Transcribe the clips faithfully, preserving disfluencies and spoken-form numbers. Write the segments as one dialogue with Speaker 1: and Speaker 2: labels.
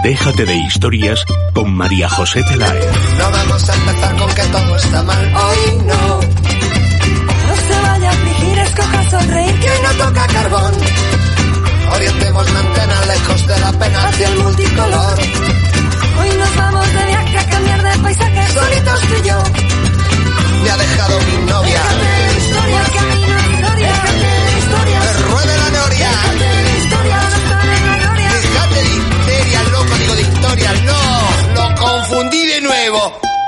Speaker 1: Déjate de historias con María José Peláez.
Speaker 2: No vamos a empezar con que todo está mal. Hoy no. No se vaya a afligir, escoja sonreír, que hoy no toca carbón. Orientemos la antena lejos de la pena hacia el multicolor. Hoy nos vamos de viaje a cambiar de paisaje, solitos tú y yo. Me ha dejado mi novia. Déjate de historia, camino de historia. Déjate de historia. Que ruede la noria. Déjate de historia, no está en la gloria. Déjate de histeria, loco, digo de historia. No, lo confundí de nuevo.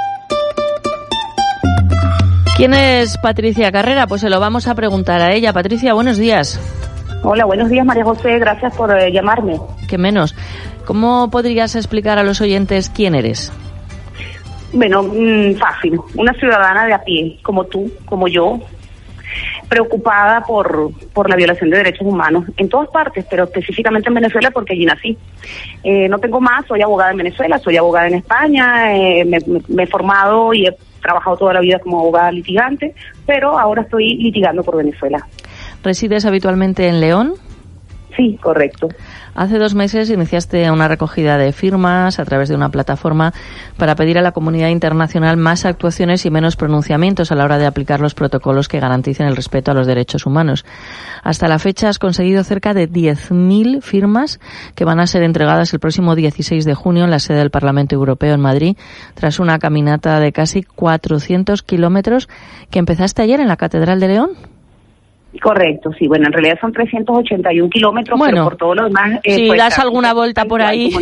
Speaker 3: ¿Quién es Patricia Carrera? Pues se lo vamos a preguntar a ella. Patricia, buenos días.
Speaker 4: Hola, buenos días, María José. Gracias por eh, llamarme.
Speaker 3: ¿Qué menos? ¿Cómo podrías explicar a los oyentes quién eres?
Speaker 4: Bueno, mmm, fácil. Una ciudadana de a pie, como tú, como yo, preocupada por, por la violación de derechos humanos en todas partes, pero específicamente en Venezuela porque allí nací. Eh, no tengo más, soy abogada en Venezuela, soy abogada en España, eh, me, me, me he formado y he trabajado toda la vida como abogada litigante, pero ahora estoy litigando por Venezuela.
Speaker 3: ¿Resides habitualmente en León?
Speaker 4: Sí, correcto.
Speaker 3: Hace dos meses iniciaste una recogida de firmas a través de una plataforma para pedir a la comunidad internacional más actuaciones y menos pronunciamientos a la hora de aplicar los protocolos que garanticen el respeto a los derechos humanos. Hasta la fecha has conseguido cerca de diez mil firmas que van a ser entregadas el próximo dieciséis de junio en la sede del Parlamento Europeo en Madrid, tras una caminata de casi cuatrocientos kilómetros que empezaste ayer en la Catedral de León.
Speaker 4: Correcto, sí. Bueno, en realidad son trescientos ochenta y un kilómetros, bueno, pero por todo lo demás...
Speaker 3: Eh, si pues, das alguna vuelta por ahí...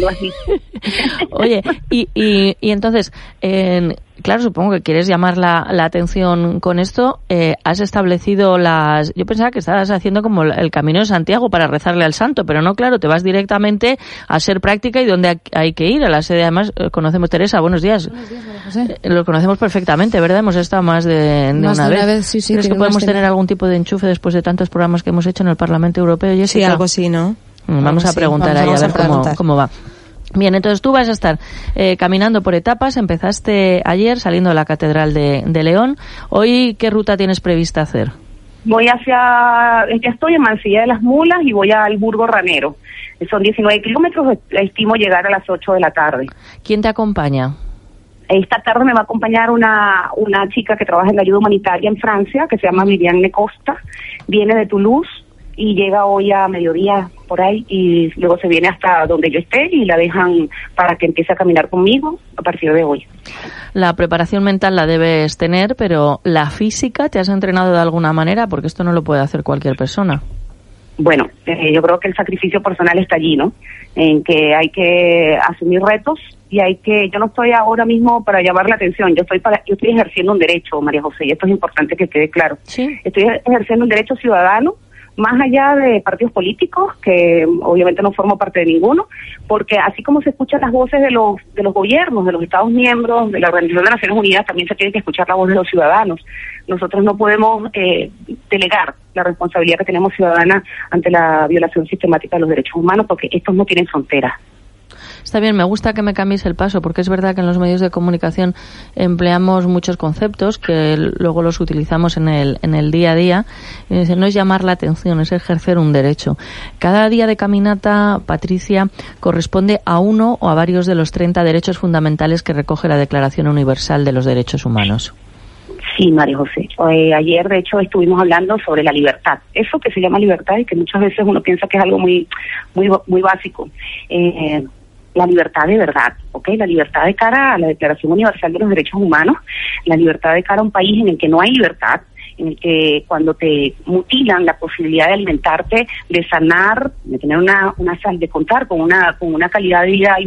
Speaker 3: Oye, y, y, y entonces, eh, claro, supongo que quieres llamar la, la atención con esto. Eh, has establecido las... Yo pensaba que estabas haciendo como el Camino de Santiago para rezarle al santo, pero no, claro, te vas directamente a ser práctica y donde hay que ir. A la sede, además, conocemos... Teresa, buenos días.
Speaker 5: Buenos días, María José.
Speaker 3: Eh, lo conocemos perfectamente, ¿verdad? Hemos estado más de, de
Speaker 5: más
Speaker 3: una,
Speaker 5: de una
Speaker 3: vez.
Speaker 5: vez. Sí, sí,
Speaker 3: ¿Crees que podemos tener algún tipo de enchufe después de tantos programas que hemos hecho en el Parlamento Europeo, Jessica?
Speaker 5: Sí, algo así, ¿no?
Speaker 3: Vamos
Speaker 5: algo
Speaker 3: a preguntar
Speaker 5: sí.
Speaker 3: ahí
Speaker 5: vamos,
Speaker 3: a
Speaker 5: vamos
Speaker 3: ver
Speaker 5: a
Speaker 3: cómo, cómo va. Bien, entonces tú vas a estar eh, caminando por etapas. Empezaste ayer saliendo de la Catedral de, de León. Hoy, ¿qué ruta tienes prevista hacer?
Speaker 4: Voy hacia... Ya estoy en Mansilla de las Mulas y voy al Burgo Ranero. Son diecinueve kilómetros, estimo llegar a las ocho de la tarde.
Speaker 3: ¿Quién te acompaña?
Speaker 4: Esta tarde me va a acompañar una una chica que trabaja en la ayuda humanitaria en Francia, que se llama Viviane Costa. Viene de Toulouse y llega hoy a mediodía por ahí y luego se viene hasta donde yo esté y la dejan para que empiece a caminar conmigo a partir de hoy.
Speaker 3: La preparación mental la debes tener, pero ¿la física te has entrenado de alguna manera? Porque esto no lo puede hacer cualquier persona.
Speaker 4: Bueno, eh, yo creo que el sacrificio personal está allí, ¿no? En que hay que asumir retos y hay que... Yo no estoy ahora mismo para llamar la atención, yo estoy para, yo estoy ejerciendo un derecho, María José, y esto es importante que quede claro.
Speaker 3: ¿Sí?
Speaker 4: Estoy ejerciendo un derecho ciudadano, más allá de partidos políticos, que obviamente no formo parte de ninguno, porque así como se escuchan las voces de los de los gobiernos, de los Estados miembros, de la Organización de Naciones Unidas, también se tiene que escuchar la voz de los ciudadanos. Nosotros no podemos eh, delegar la responsabilidad que tenemos ciudadana ante la violación sistemática de los derechos humanos, porque estos no tienen fronteras.
Speaker 3: Está bien, me gusta que me cambies el paso, porque es verdad que en los medios de comunicación empleamos muchos conceptos que luego los utilizamos en el en el día a día. Y dicen, no es llamar la atención, es ejercer un derecho. Cada día de caminata, Patricia, corresponde a uno o a varios de los treinta derechos fundamentales que recoge la Declaración Universal de los Derechos Humanos.
Speaker 4: Sí, María José. Eh, ayer, de hecho, estuvimos hablando sobre la libertad. Eso que se llama libertad y que muchas veces uno piensa que es algo muy muy muy básico. Eh, la libertad de verdad, ¿ok? La libertad de cara a la Declaración Universal de los Derechos Humanos, la libertad de cara a un país en el que no hay libertad, en el que cuando te mutilan la posibilidad de alimentarte, de sanar, de tener una una sal, de contar con una con una calidad de vida,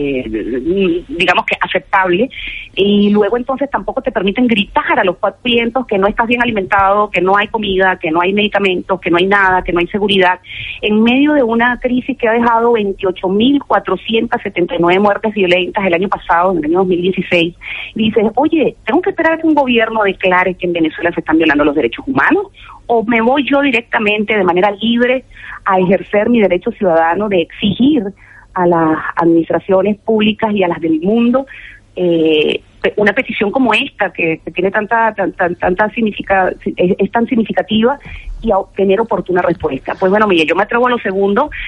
Speaker 4: eh, digamos que aceptable, y luego entonces tampoco te permiten gritar a los cuatro vientos que no estás bien alimentado, que no hay comida, que no hay medicamentos, que no hay nada, que no hay seguridad, en medio de una crisis que ha dejado veintiocho mil cuatrocientas setenta y nueve muertes violentas el año pasado, en el año dos mil dieciséis, y dices, oye, tengo que esperar a que un gobierno declare que en Venezuela se están violando los derechos humanos, o me voy yo directamente de manera libre a ejercer mi derecho ciudadano de exigir a las administraciones públicas y a las del mundo eh, una petición como esta que, que tiene tanta tan, tan, tanta significa, es, es tan significativa, y a obtener oportuna respuesta. Pues bueno, mire, yo me atrevo a lo segundo,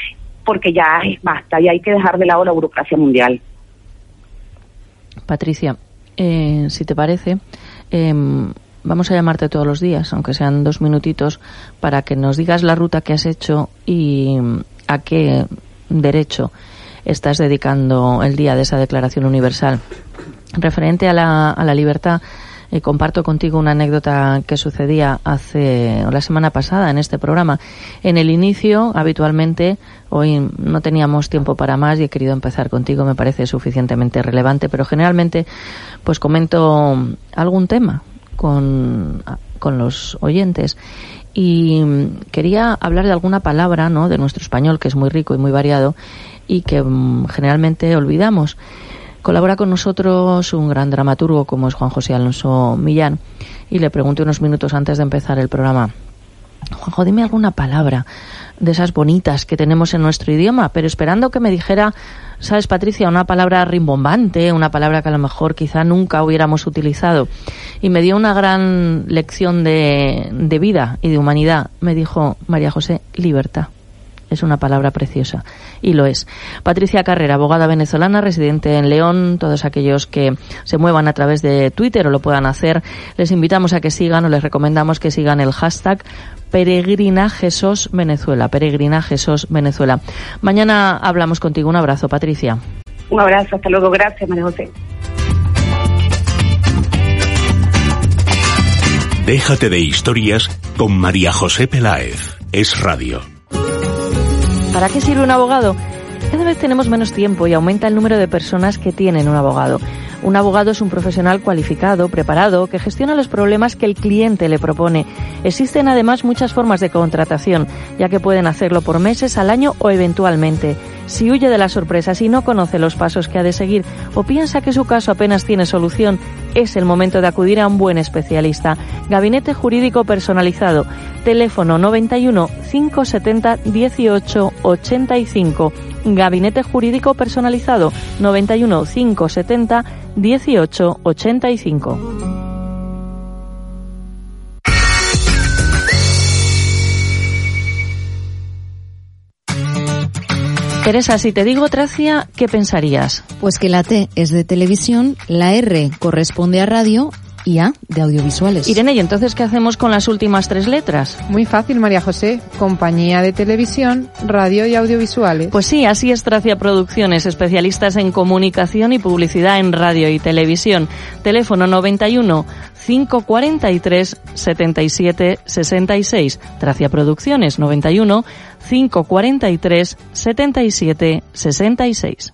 Speaker 4: porque ya es basta, y hay que dejar de lado la burocracia mundial.
Speaker 3: Patricia, eh, si te parece, eh, vamos a llamarte todos los días, aunque sean dos minutitos, para que nos digas la ruta que has hecho y a qué derecho estás dedicando el día de esa Declaración Universal. Referente a la, a la libertad, eh, comparto contigo una anécdota que sucedía hace la semana pasada en este programa. En el inicio, habitualmente, hoy no teníamos tiempo para más y he querido empezar contigo, me parece suficientemente relevante, pero generalmente pues comento algún tema con, con los oyentes y quería hablar de alguna palabra, ¿no?, de nuestro español, que es muy rico y muy variado y que um, generalmente olvidamos. Colabora con nosotros un gran dramaturgo como es Juan José Alonso Millán y le pregunté unos minutos antes de empezar el programa: Juanjo, dime alguna palabra de esas bonitas que tenemos en nuestro idioma, pero esperando que me dijera, ¿sabes, Patricia?, una palabra rimbombante, una palabra que a lo mejor quizá nunca hubiéramos utilizado. Y me dio una gran lección de, de vida y de humanidad. Me dijo: María José, libertad. Es una palabra preciosa, y lo es. Patricia Carrera, abogada venezolana, residente en León. Todos aquellos que se muevan a través de Twitter o lo puedan hacer, les invitamos a que sigan o les recomendamos que sigan el hashtag Peregrinajesos Venezuela, Peregrinajesos Venezuela. Mañana hablamos contigo. Un abrazo, Patricia.
Speaker 4: Un abrazo, hasta luego. Gracias, María José.
Speaker 1: Déjate de historias con María José Peláez. Es Radio.
Speaker 3: ¿Para qué sirve un abogado? Cada vez tenemos menos tiempo y aumenta el número de personas que tienen un abogado. Un abogado es un profesional cualificado, preparado, que gestiona los problemas que el cliente le propone. Existen además muchas formas de contratación, ya que pueden hacerlo por meses, al año o eventualmente. Si huye de las sorpresas y no conoce los pasos que ha de seguir o piensa que su caso apenas tiene solución, es el momento de acudir a un buen especialista. Gabinete Jurídico Personalizado. Teléfono noventa y uno, cinco setenta, dieciocho ochenta y cinco. Gabinete Jurídico Personalizado. noventa y uno, cinco setenta, dieciocho ochenta y cinco. Teresa, si te digo Tracia, ¿qué pensarías?
Speaker 5: Pues que la T es de televisión, la R corresponde a radio y A de audiovisuales.
Speaker 3: Irene, ¿y entonces qué hacemos con las últimas tres letras?
Speaker 6: Muy fácil, María José. Compañía de televisión, radio y audiovisuales.
Speaker 3: Pues sí, así es Tracia Producciones, especialistas en comunicación y publicidad en radio y televisión. Teléfono noventa y uno, cinco cuarenta y tres, setenta y siete sesenta y seis. Tracia Producciones, noventa y uno, cinco cuarenta y tres, setenta y siete sesenta y seis.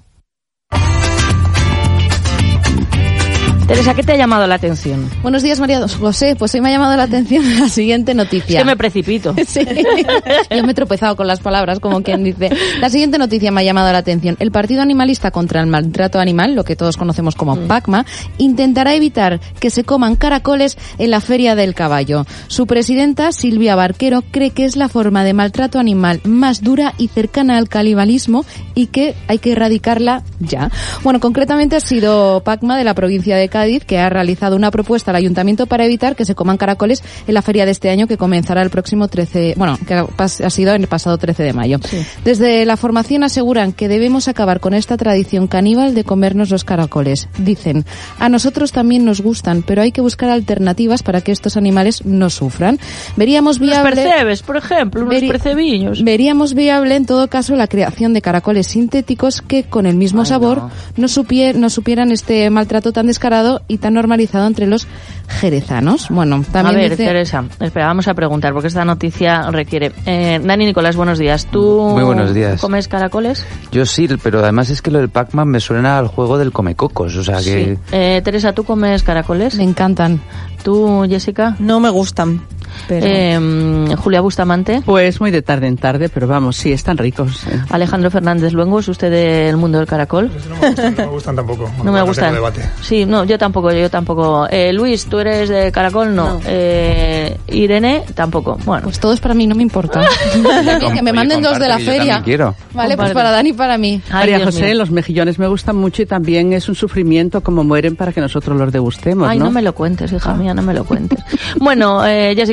Speaker 3: Teresa, ¿qué te ha llamado la atención?
Speaker 5: Buenos días, María José. Pues hoy me ha llamado la atención la siguiente noticia.
Speaker 3: Es que me precipito.
Speaker 5: Sí, yo me he tropezado con las palabras, como quien dice. La siguiente noticia me ha llamado la atención. El Partido Animalista contra el Maltrato Animal, lo que todos conocemos como mm. PACMA, intentará evitar que se coman caracoles en la Feria del Caballo. Su presidenta, Silvia Barquero, cree que es la forma de maltrato animal más dura y cercana al canibalismo y que hay que erradicarla ya. Bueno, concretamente ha sido PACMA de la provincia de Cádiz que ha realizado una propuesta al ayuntamiento para evitar que se coman caracoles en la feria de este año, que comenzará el próximo trece, bueno, que ha sido en el pasado trece de mayo. Sí. Desde la formación aseguran que debemos acabar con esta tradición caníbal de comernos los caracoles. Dicen: a nosotros también nos gustan, pero hay que buscar alternativas para que estos animales no sufran. Veríamos viable...
Speaker 3: Los percebes, por ejemplo, unos veri... percebiños.
Speaker 5: Veríamos viable, en todo caso, la creación de caracoles sintéticos que, con el mismo Ay, sabor, no. No, supier... no supieran este maltrato tan descarado y tan normalizado entre los jerezanos. Bueno, también
Speaker 3: a ver,
Speaker 5: dice...
Speaker 3: Teresa, espera, vamos a preguntar, porque esta noticia requiere... Eh, Dani Nicolás, buenos días. ¿Tú
Speaker 7: Muy buenos días.
Speaker 3: comes caracoles?
Speaker 7: Yo sí, pero además es que lo del Pac-Man me suena al juego del comecocos, o sea que...
Speaker 3: Sí. Eh, Teresa, ¿tú comes caracoles?
Speaker 5: Me encantan.
Speaker 3: ¿Tú, Jessica?
Speaker 8: No me gustan. Pero...
Speaker 3: Eh, Julia Bustamante.
Speaker 9: Pues muy de tarde en tarde, pero vamos, sí, están ricos. Eh.
Speaker 3: Alejandro Fernández Luengo, ¿es usted del mundo del caracol?
Speaker 10: Pues no me gustan, no me gustan tampoco. Bueno,
Speaker 3: no me gustan.
Speaker 10: Debate.
Speaker 3: Sí, no, yo tampoco, yo tampoco. Eh, Luis, ¿tú eres de caracol? No. no. Eh, Irene, tampoco. Bueno.
Speaker 5: Pues todos para mí, no me importa. que, que me manden dos de la feria.
Speaker 7: Quiero.
Speaker 5: Vale, pues para Dani y para mí.
Speaker 9: Ay, María José, mío. Los mejillones me gustan mucho y también es un sufrimiento como mueren para que nosotros los degustemos,
Speaker 3: Ay,
Speaker 9: ¿no?
Speaker 3: no me lo cuentes, hija mía, no me lo cuentes. Bueno, eh, Jessica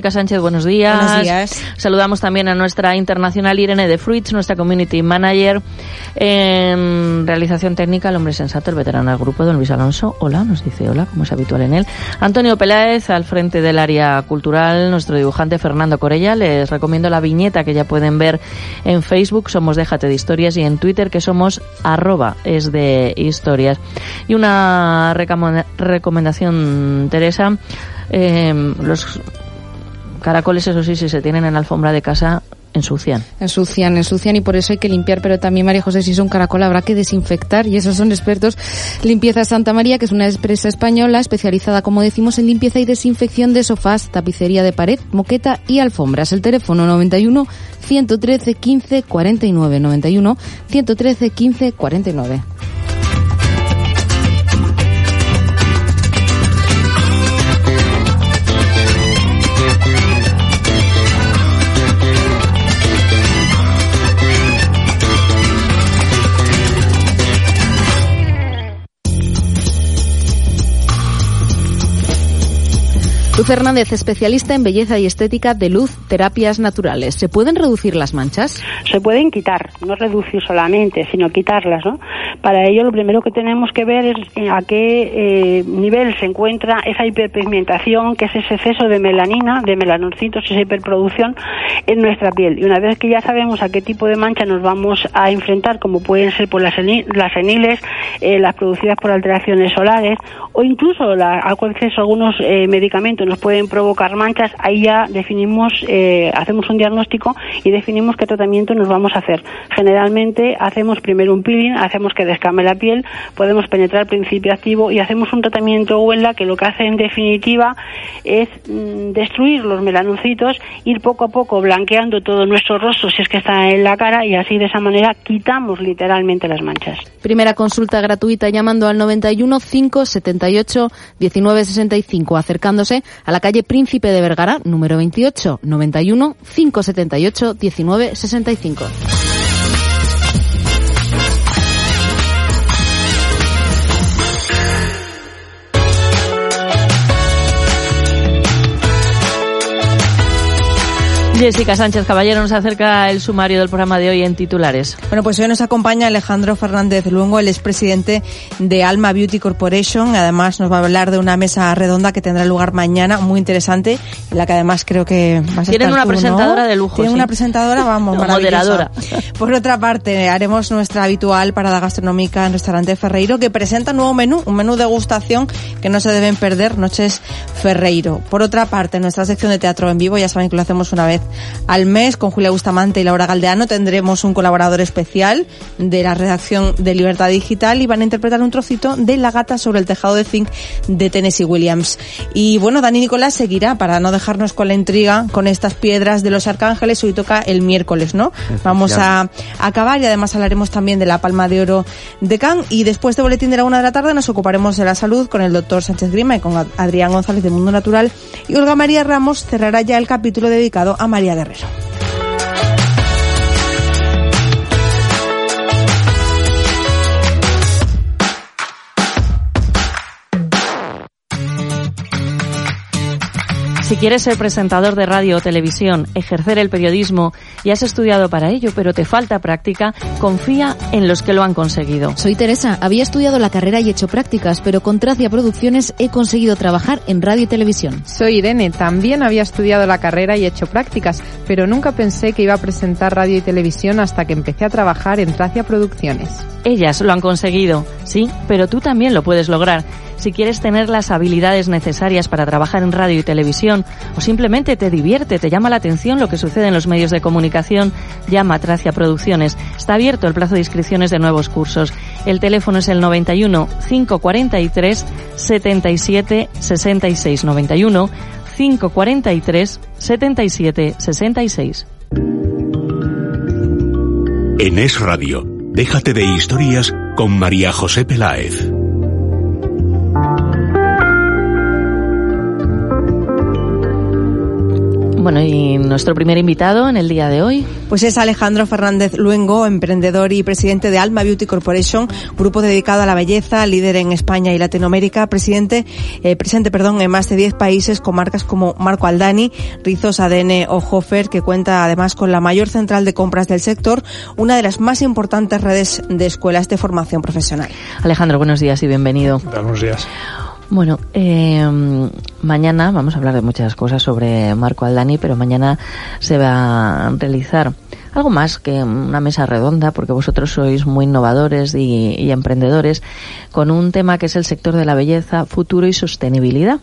Speaker 3: Jessica Sánchez, buenos días.
Speaker 8: Buenos días.
Speaker 3: Saludamos también a nuestra internacional Irene de Fruits, nuestra community manager. En realización técnica, el hombre sensato, el veterano del grupo, don Luis Alonso. Hola, nos dice hola, como es habitual en él. Antonio Peláez, al frente del área cultural, nuestro dibujante Fernando Corella. Les recomiendo la viñeta que ya pueden ver en Facebook, somos Déjate de Historias, y en Twitter, que somos arroba es de historias. Y una recomendación, Teresa, eh, los caracoles, eso sí, si se tienen en la alfombra de casa, ensucian.
Speaker 5: Ensucian, ensucian y por eso hay que limpiar, pero también, María José, si son caracol habrá que desinfectar, y esos son expertos. Limpieza Santa María, que es una empresa española especializada, como decimos, en limpieza y desinfección de sofás, tapicería de pared, moqueta y alfombras. El teléfono noventa y uno, ciento trece, quince, cuarenta y nueve, noventa y uno, ciento trece, quince, cuarenta y nueve. Luz Hernández, especialista en belleza y estética de Luz Terapias Naturales. ¿Se pueden reducir las manchas?
Speaker 11: Se pueden quitar, no reducir solamente, sino quitarlas, ¿no? Para ello, lo primero que tenemos que ver es a qué eh, nivel se encuentra esa hiperpigmentación, que es ese exceso de melanina, de melanocitos, esa hiperproducción en nuestra piel. Y una vez que ya sabemos a qué tipo de mancha nos vamos a enfrentar, como pueden ser por las, las seniles, eh, las producidas por alteraciones solares, o incluso la, algo exceso, algunos eh, medicamentos nos pueden provocar manchas, ahí ya definimos, eh, hacemos un diagnóstico y definimos qué tratamiento nos vamos a hacer. Generalmente hacemos primero un peeling, hacemos que descame la piel, podemos penetrar principio activo y hacemos un tratamiento Wella, que lo que hace en definitiva es mmm, destruir los melanocitos, ir poco a poco blanqueando todo nuestro rostro si es que está en la cara, y así de esa manera quitamos literalmente las manchas.
Speaker 5: Primera consulta gratuita llamando al noventa y uno, cinco setenta y ocho, diecinueve sesenta y cinco, acercándose a la calle Príncipe de Vergara, número veintiocho, noventa y uno, cinco setenta y ocho, diecinueve sesenta y cinco.
Speaker 3: Jessica Sánchez Caballero, nos acerca el sumario del programa de hoy en titulares.
Speaker 8: Bueno, pues hoy nos acompaña Alejandro Fernández Luengo, el expresidente de Alma Beauty Corporation. Además nos va a hablar de una mesa redonda que tendrá lugar mañana, muy interesante, en la que además creo que vas a
Speaker 3: Tienen
Speaker 8: estar
Speaker 3: una
Speaker 8: tú,
Speaker 3: presentadora
Speaker 8: ¿no?
Speaker 3: de lujo.
Speaker 8: Tienen
Speaker 3: sí.
Speaker 8: una presentadora, vamos,
Speaker 3: no,
Speaker 8: maravillosa.
Speaker 3: Moderadora.
Speaker 8: Por otra parte, haremos nuestra habitual parada gastronómica en Restaurante Ferreiro, que presenta un nuevo menú, un menú de degustación que no se deben perder, Noches Ferreiro. Por otra parte, nuestra sección de teatro en vivo, ya saben que lo hacemos una vez al mes con Julia Bustamante y Laura Galdeano. Tendremos un colaborador especial de la redacción de Libertad Digital y van a interpretar un trocito de La gata sobre el tejado de zinc de Tennessee Williams. Y bueno, Dani Nicolás seguirá para no dejarnos con la intriga con estas piedras de los arcángeles. Hoy toca el miércoles, ¿no? Vamos a acabar y además hablaremos también de la Palma de Oro de Cannes, y después de Boletín de la una de la tarde nos ocuparemos de la salud con el doctor Sánchez Grima y con Adrián González de Mundo Natural, y Olga María Ramos cerrará ya el capítulo dedicado a María Guerrero.
Speaker 3: Si quieres ser presentador de radio o televisión, ejercer el periodismo y has estudiado para ello, pero te falta práctica, confía en los que lo han conseguido.
Speaker 5: Soy Teresa, había estudiado la carrera y hecho prácticas, pero con Tracia Producciones he conseguido trabajar en radio y televisión.
Speaker 6: Soy Irene, también había estudiado la carrera y hecho prácticas, pero nunca pensé que iba a presentar radio y televisión hasta que empecé a trabajar en Tracia Producciones.
Speaker 3: Ellas lo han conseguido, sí, pero tú también lo puedes lograr. Si quieres tener las habilidades necesarias para trabajar en radio y televisión, o simplemente te divierte, te llama la atención lo que sucede en los medios de comunicación, llama a Tracia Producciones. Está abierto el plazo de inscripciones de nuevos cursos. El teléfono es el noventa y uno, cinco cuarenta y tres, setenta y siete, sesenta y seis. noventa y uno, cinco cuarenta y tres, setenta y siete, sesenta y seis.
Speaker 1: En Es Radio, déjate de historias con María José Peláez.
Speaker 3: Bueno, y nuestro primer invitado en el día de hoy.
Speaker 8: Pues es Alejandro Fernández Luengo, emprendedor y presidente de Alma Beauty Corporation, grupo dedicado a la belleza, líder en España y Latinoamérica, presidente, eh, presente perdón, en más de diez países con marcas como Marco Aldani, Rizos, A D N o Hofer, que cuenta además con la mayor central de compras del sector, una de las más importantes redes de escuelas de formación profesional.
Speaker 3: Alejandro, buenos días y bienvenido.
Speaker 10: Buenos días.
Speaker 3: Bueno, eh, mañana vamos a hablar de muchas cosas sobre Marco Aldani, pero mañana se va a realizar algo más que una mesa redonda, porque vosotros sois muy innovadores y, y emprendedores, con un tema que es el sector de la belleza, futuro y sostenibilidad.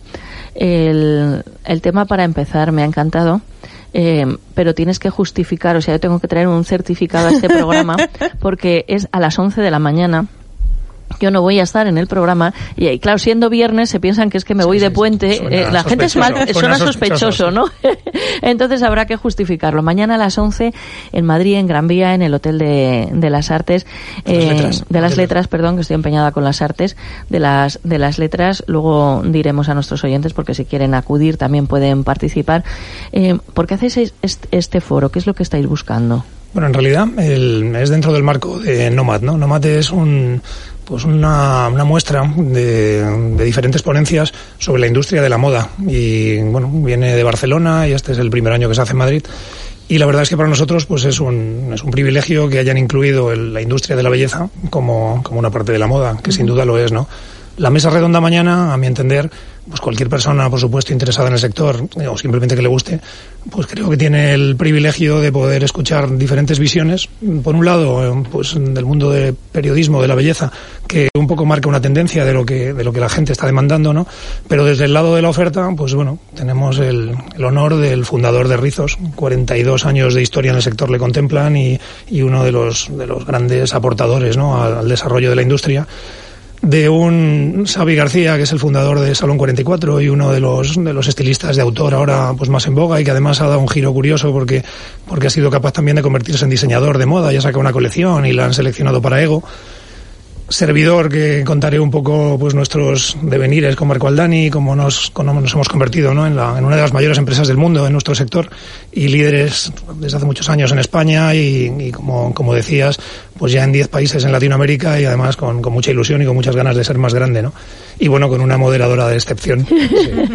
Speaker 3: El, el tema, para empezar, me ha encantado. Eh, pero tienes que justificar, o sea, yo tengo que traer un certificado a este programa porque es a las once de la mañana. Yo no voy a estar en el programa y, y claro, siendo viernes se piensan que es que me voy sí, de puente. Eh, la gente es mal, suena, suena sospechoso, ¿no? Entonces habrá que justificarlo. Mañana a las once en Madrid, en Gran Vía, en el Hotel de, de las Artes, eh, de las letras, de las letras, perdón, que estoy empeñada con las artes, de las de las letras. Luego diremos a nuestros oyentes, porque si quieren acudir también pueden participar. Eh, ¿Por qué hacéis este, este foro? ¿Qué es lo que estáis buscando?
Speaker 10: Bueno, en realidad el, es dentro del marco de Nomad, ¿no? Nomad es un pues una, una muestra de, de diferentes ponencias sobre la industria de la moda. Y bueno, viene de Barcelona y este es el primer año que se hace en Madrid. Y la verdad es que para nosotros pues es un, es un privilegio que hayan incluido el, la industria de la belleza como, como una parte de la moda, que sin duda lo es, ¿no? La mesa redonda mañana, a mi entender, pues cualquier persona, por supuesto, interesada en el sector o simplemente que le guste, pues creo que tiene el privilegio de poder escuchar diferentes visiones. Por un lado, pues del mundo del periodismo, de la belleza, que un poco marca una tendencia de lo que de lo que la gente está demandando, ¿no? Pero desde el lado de la oferta, pues bueno, tenemos el, el honor del fundador de Rizos, cuarenta y dos años de historia en el sector le contemplan y, y uno de los de los grandes aportadores, ¿no?, al, al desarrollo de la industria. De un Xavi García, que es el fundador de Salón cuarenta y cuatro y uno de los de los estilistas de autor ahora pues más en boga, y que además ha dado un giro curioso porque porque ha sido capaz también de convertirse en diseñador de moda, ya saca una colección y la han seleccionado para Ego. Servidor, que contaré un poco pues nuestros devenires con Marco Aldani, cómo nos, cómo nos hemos convertido, ¿no?, en, la, en una de las mayores empresas del mundo en nuestro sector y líderes desde hace muchos años en España y, y como, como decías, pues ya en diez países en Latinoamérica y además con, con mucha ilusión y con muchas ganas de ser más grande, ¿no? Y bueno, con una moderadora de excepción. Sí.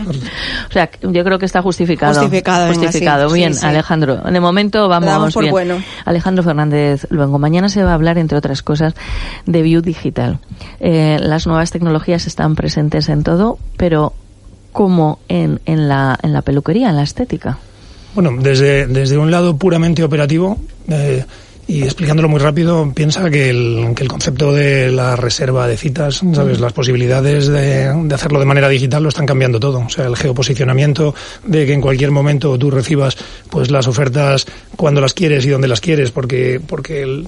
Speaker 3: O sea, yo creo que está justificado.
Speaker 8: Justificado.
Speaker 3: Justificado.
Speaker 8: Venga,
Speaker 3: Bien,
Speaker 8: sí, sí.
Speaker 3: Alejandro. De momento vamos,
Speaker 8: vamos por
Speaker 3: bien.
Speaker 8: Bueno.
Speaker 3: Alejandro Fernández Luengo. Mañana se va a hablar, entre otras cosas, de View Digital. Eh, las nuevas tecnologías están presentes en todo, pero ¿cómo en, en, la, en la peluquería, en la estética?
Speaker 10: Bueno, desde, desde un lado puramente operativo, eh, y explicándolo muy rápido, piensa que el, que el concepto de la reserva de citas, ¿sabes?, las posibilidades de, de hacerlo de manera digital lo están cambiando todo. O sea, el geoposicionamiento de que en cualquier momento tú recibas pues las ofertas cuando las quieres y donde las quieres, porque porque el,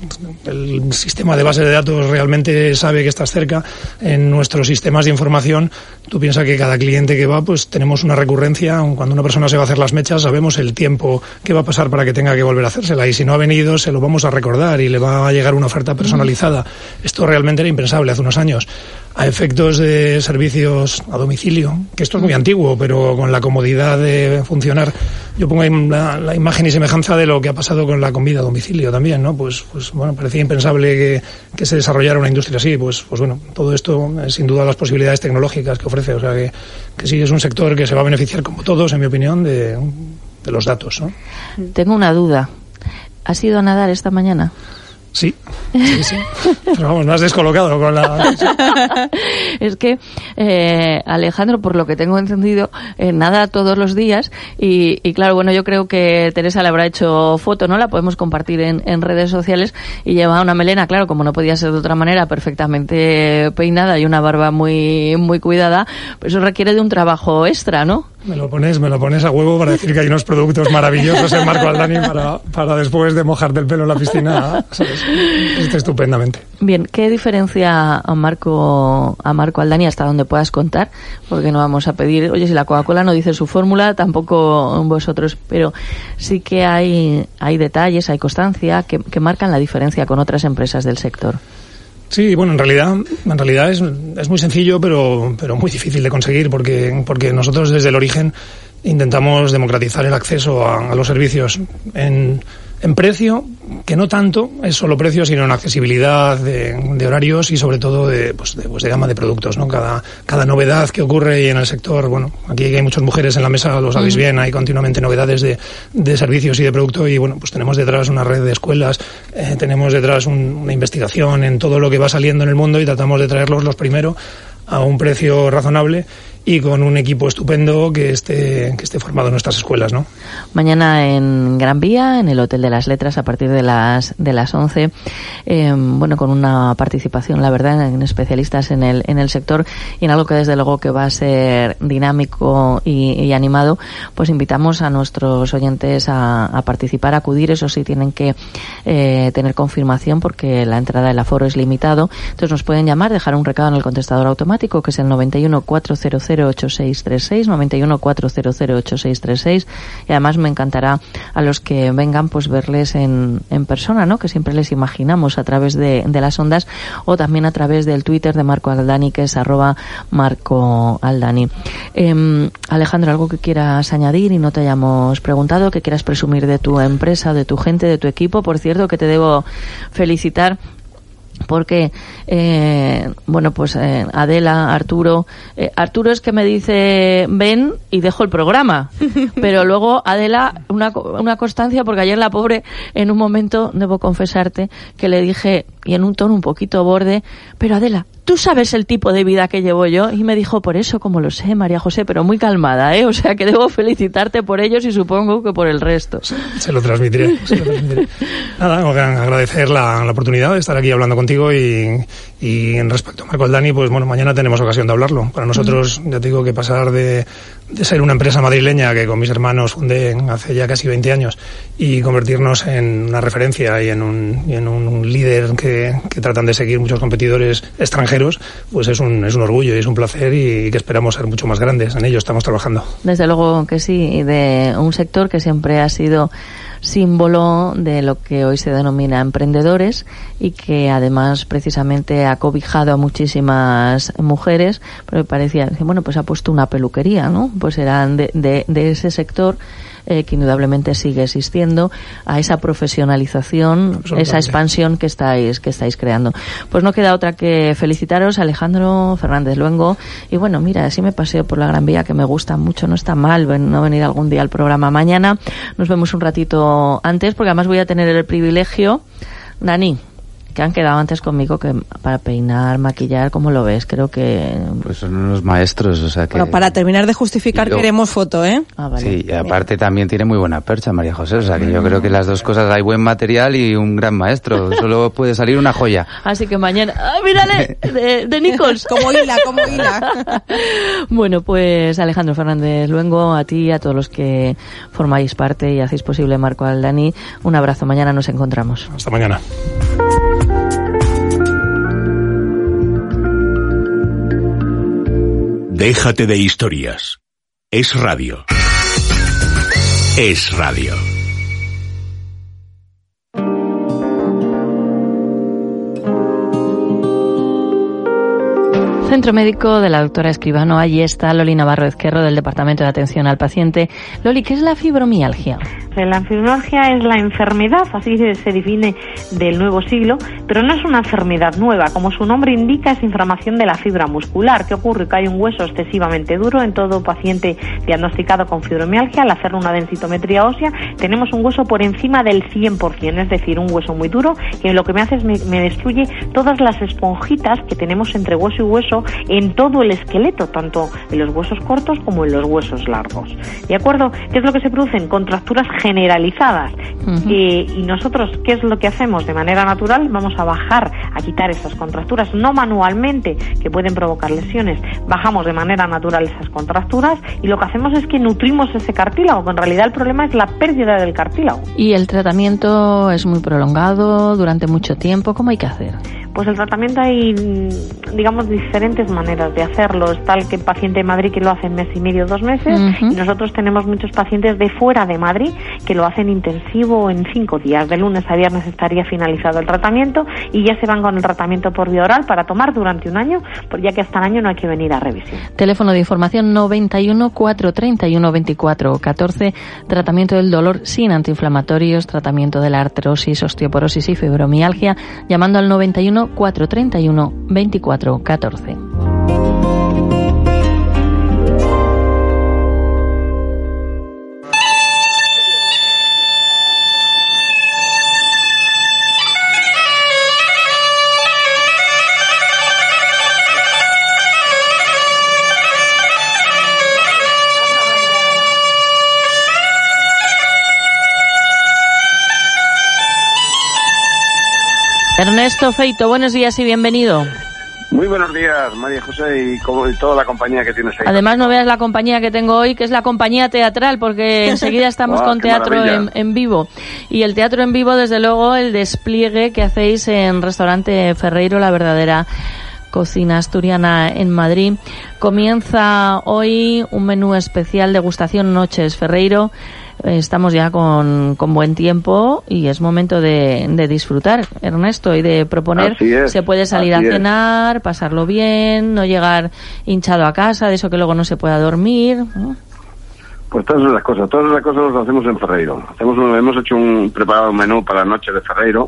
Speaker 10: el sistema de base de datos realmente sabe que estás cerca. En nuestros sistemas de información, tú piensas que cada cliente que va, pues tenemos una recurrencia. Cuando una persona se va a hacer las mechas, sabemos el tiempo que va a pasar para que tenga que volver a hacérsela, y si no ha venido, se lo vamos a recordar y le va a llegar una oferta personalizada. Esto realmente era impensable hace unos años. A efectos de servicios a domicilio, que esto es muy antiguo, pero con la comodidad de funcionar, yo pongo la, la imagen y semejanza de lo que ha pasado con la comida a domicilio también, ¿no? Pues, pues bueno, parecía impensable que, que se desarrollara una industria así. Pues, pues bueno, todo esto es sin duda las posibilidades tecnológicas que ofrece. O sea que, que sí, es un sector que se va a beneficiar, como todos, en mi opinión, de, de los datos, ¿no?
Speaker 3: Tengo una duda. ¿Has ido a nadar esta mañana?
Speaker 10: Sí, sí, sí. Pero vamos, me has descolocado con la...
Speaker 3: Es que eh, Alejandro, por lo que tengo entendido, eh, nada todos los días y, y claro, bueno, yo creo que Teresa le habrá hecho foto, ¿no? La podemos compartir en, en redes sociales, y lleva una melena, claro, como no podía ser de otra manera, perfectamente peinada y una barba muy muy cuidada, pues eso requiere de un trabajo extra, ¿no?
Speaker 10: Me lo pones, me lo pones a huevo para decir que hay unos productos maravillosos en Marco Aldani para, para después de mojarte el pelo en la piscina, ¿sabes? Está estupendamente.
Speaker 3: Bien, ¿qué diferencia a Marco a Marco Aldani, hasta donde puedas contar? Porque no vamos a pedir, oye, si la Coca-Cola no dice su fórmula, tampoco vosotros, pero sí que hay hay detalles, hay constancia que, que marcan la diferencia con otras empresas del sector.
Speaker 10: Sí, bueno, en realidad, en realidad es, es muy sencillo, pero, pero muy difícil de conseguir, porque, porque nosotros desde el origen intentamos democratizar el acceso a, a los servicios en, en precio, que no tanto es solo precio, sino en accesibilidad de, de horarios y sobre todo de, pues de, pues de gama de productos, ¿no? Cada, cada novedad que ocurre y en el sector, bueno, aquí hay muchas mujeres en la mesa, lo sabéis bien, hay continuamente novedades de, de servicios y de producto y bueno, pues tenemos detrás una red de escuelas, eh, tenemos detrás un, una investigación en todo lo que va saliendo en el mundo y tratamos de traerlos los primero a un precio razonable y con un equipo estupendo que esté que esté formado en nuestras escuelas, ¿no?
Speaker 3: Mañana en Gran Vía, en el Hotel de las Letras, a partir de las de las once, eh, bueno, con una participación, la verdad, en especialistas en el en el sector y en algo que desde luego que va a ser dinámico y, y animado, pues invitamos a nuestros oyentes a, a participar, a acudir. Eso sí, tienen que eh, tener confirmación porque la entrada del aforo es limitado. Entonces nos pueden llamar, dejar un recado en el contestador automático, que es el noventa y uno, cuatrocientos ocho seis tres seis, noventa y uno, cuatrocientos ocho seis tres seis, y además me encantará a los que vengan pues verles en, en persona, ¿no? Que siempre les imaginamos a través de, de las ondas o también a través del Twitter de Marco Aldani, que es arroba Marco Aldani. Eh, Alejandro, ¿algo que quieras añadir y no te hayamos preguntado, que quieras presumir de tu empresa, de tu gente, de tu equipo? Por cierto, que te debo felicitar porque, eh, bueno, pues eh, Adela, Arturo, eh, Arturo es que me dice ven y dejo el programa, pero luego Adela, una, una constancia, porque ayer la pobre, en un momento, debo confesarte, que le dije, y en un tono un poquito borde, pero Adela, ¿tú sabes el tipo de vida que llevo yo? Y me dijo, por eso, como lo sé, María José, pero muy calmada, ¿eh? O sea, que debo felicitarte por ellos y supongo que por el resto.
Speaker 10: Se lo transmitiré. Se lo transmitiré. Nada, agradecer la, la oportunidad de estar aquí hablando contigo y, y en respecto a Marco Aldani, pues bueno, mañana tenemos ocasión de hablarlo. Para nosotros, ya te digo que pasar de, de ser una empresa madrileña que con mis hermanos fundé hace ya casi veinte años y convertirnos en una referencia y en un, y en un líder que, que tratan de seguir muchos competidores extranjeros, pues es un, es un orgullo y es un placer y que esperamos ser mucho más grandes. En ello estamos trabajando.
Speaker 3: Desde luego que sí, y de un sector que siempre ha sido símbolo de lo que hoy se denomina emprendedores y que además precisamente ha cobijado a muchísimas mujeres, pero me parecía que bueno, pues ha puesto una peluquería, ¿no? Pues eran de, de, de ese sector eh, que indudablemente sigue existiendo, a esa profesionalización, esa expansión que estáis que estáis creando. Pues no queda otra que felicitaros, Alejandro Fernández Luengo, y bueno, mira, así me paseo por la Gran Vía, que me gusta mucho, no está mal no venir algún día al programa. Mañana nos vemos un ratito antes, porque además voy a tener el privilegio, Dani, que han quedado antes conmigo que para peinar, maquillar, ¿cómo lo ves? Creo que...
Speaker 7: Pues son unos maestros, o sea que...
Speaker 8: Bueno, para terminar de justificar luego... queremos foto, ¿eh?
Speaker 3: Ah, vale.
Speaker 7: Sí, y aparte también tiene muy buena percha, María José, o sea que yo creo que las dos cosas, hay buen material y un gran maestro, solo puede salir una joya.
Speaker 3: Así que mañana... ¡Ah, mírale! De, de Nichols.
Speaker 8: Como hila, como hila.
Speaker 3: Bueno, pues Alejandro Fernández Luengo, a ti y a todos los que formáis parte y hacéis posible Marco Aldani, un abrazo. Mañana nos encontramos.
Speaker 10: Hasta mañana.
Speaker 1: Déjate de historias. Es radio. Es radio.
Speaker 3: Centro Médico de la doctora Escribano. Allí está Loli Navarro Ezquerro, del Departamento de Atención al Paciente. Loli, ¿qué es la fibromialgia?
Speaker 12: La fibromialgia es la enfermedad, así se define, del nuevo siglo, pero no es una enfermedad nueva. Como su nombre indica, es inflamación de la fibra muscular. ¿Qué ocurre? Que hay un hueso excesivamente duro en todo paciente diagnosticado con fibromialgia. Al hacer una densitometría ósea, tenemos un hueso por encima del cien por ciento, es decir, un hueso muy duro, que lo que me hace es me, me destruye todas las esponjitas que tenemos entre hueso y hueso en todo el esqueleto, tanto en los huesos cortos como en los huesos largos. ¿De acuerdo? ¿Qué es lo que se producen? Contracturas generalizadas. Uh-huh. eh, y nosotros, ¿qué es lo que hacemos? De manera natural vamos a bajar, a quitar esas contracturas, no manualmente, que pueden provocar lesiones. Bajamos de manera natural esas contracturas y lo que hacemos es que nutrimos ese cartílago, que en realidad el problema es la pérdida del cartílago.
Speaker 3: ¿Y el tratamiento es muy prolongado, durante mucho tiempo? ¿Cómo hay que hacer?
Speaker 12: Pues el tratamiento hay, digamos, diferentes maneras de hacerlo. Está el que el paciente de Madrid que lo hace en mes y medio, dos meses, uh-huh. y nosotros tenemos muchos pacientes de fuera de Madrid que lo hacen intensivo en cinco días. De lunes a viernes estaría finalizado el tratamiento y ya se van con el tratamiento por vía oral para tomar durante un año, ya que hasta el año no hay que venir a revisión.
Speaker 3: Teléfono de información noventa y uno, cuatrocientos treinta y uno, veinticuatro catorce. Tratamiento del dolor sin antiinflamatorios, tratamiento de la artrosis, osteoporosis y fibromialgia, llamando al noventa y uno, cuatrocientos treinta y uno, veinticuatro catorce. Ernesto Feito, buenos días y bienvenido.
Speaker 13: Muy buenos días, María José, y, como, y toda la compañía que tienes ahí.
Speaker 3: Además, no veas la compañía que tengo hoy, que es la compañía teatral, porque enseguida estamos wow, con teatro en, en vivo. Y el teatro en vivo, desde luego, el despliegue que hacéis en Restaurante Ferreiro, la verdadera cocina asturiana en Madrid. Comienza hoy un menú especial, degustación Noches Ferreiro. Estamos ya con, con buen tiempo y es momento de, de disfrutar, Ernesto, y de proponer. Se puede salir a cenar, es. pasarlo bien, no llegar hinchado a casa, de eso que luego no se pueda dormir, ¿no?
Speaker 13: Pues todas esas cosas, todas esas cosas las hacemos en Ferreiro. Hacemos un, hemos hecho un preparado un menú para la noche de Ferreiro,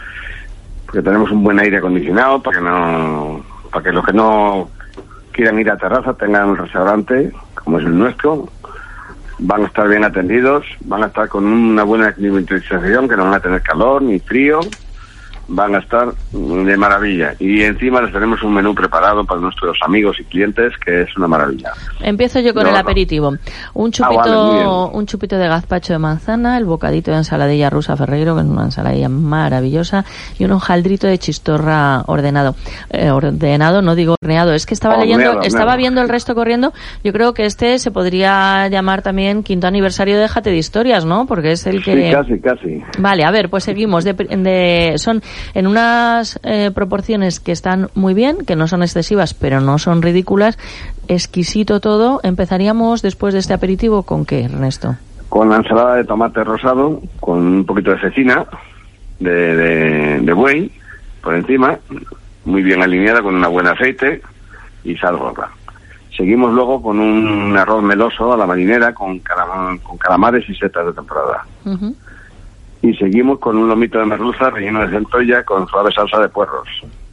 Speaker 13: porque tenemos un buen aire acondicionado para que no, para que los que no quieran ir a terraza tengan un restaurante como es el nuestro. Van a estar bien atendidos, van a estar con una buena climatización, que no van a tener calor ni frío, van a estar de maravilla. Y encima les tenemos un menú preparado para nuestros amigos y clientes, que es una maravilla.
Speaker 3: Empiezo yo con no, el aperitivo. Un chupito, ah, vale, un chupito de gazpacho de manzana, el bocadito de ensaladilla rusa Ferreiro, que es una ensaladilla maravillosa, y un hojaldrito de chistorra ordenado. Eh, ordenado, no digo horneado, es que estaba oh, leyendo, horneado, estaba horneado. viendo el resto corriendo. Yo creo que este se podría llamar también quinto aniversario de Déjate de Historias, ¿no? Porque es el que...
Speaker 13: Sí, casi, casi.
Speaker 3: Vale, a ver, pues seguimos. De, de, son en unas eh, proporciones que están muy bien, que no son excesivas, pero no son ridículas. Exquisito todo. Empezaríamos después de este aperitivo ¿con qué, Ernesto?
Speaker 13: Con la ensalada de tomate rosado, con un poquito de cecina de, de, de buey por encima, muy bien alineada con un buen aceite y sal roja. Seguimos luego con un arroz meloso a la marinera con, calam con calamares y setas de temporada. Uh-huh. Y seguimos con un lomito de merluza relleno de centolla con suave salsa de puerros.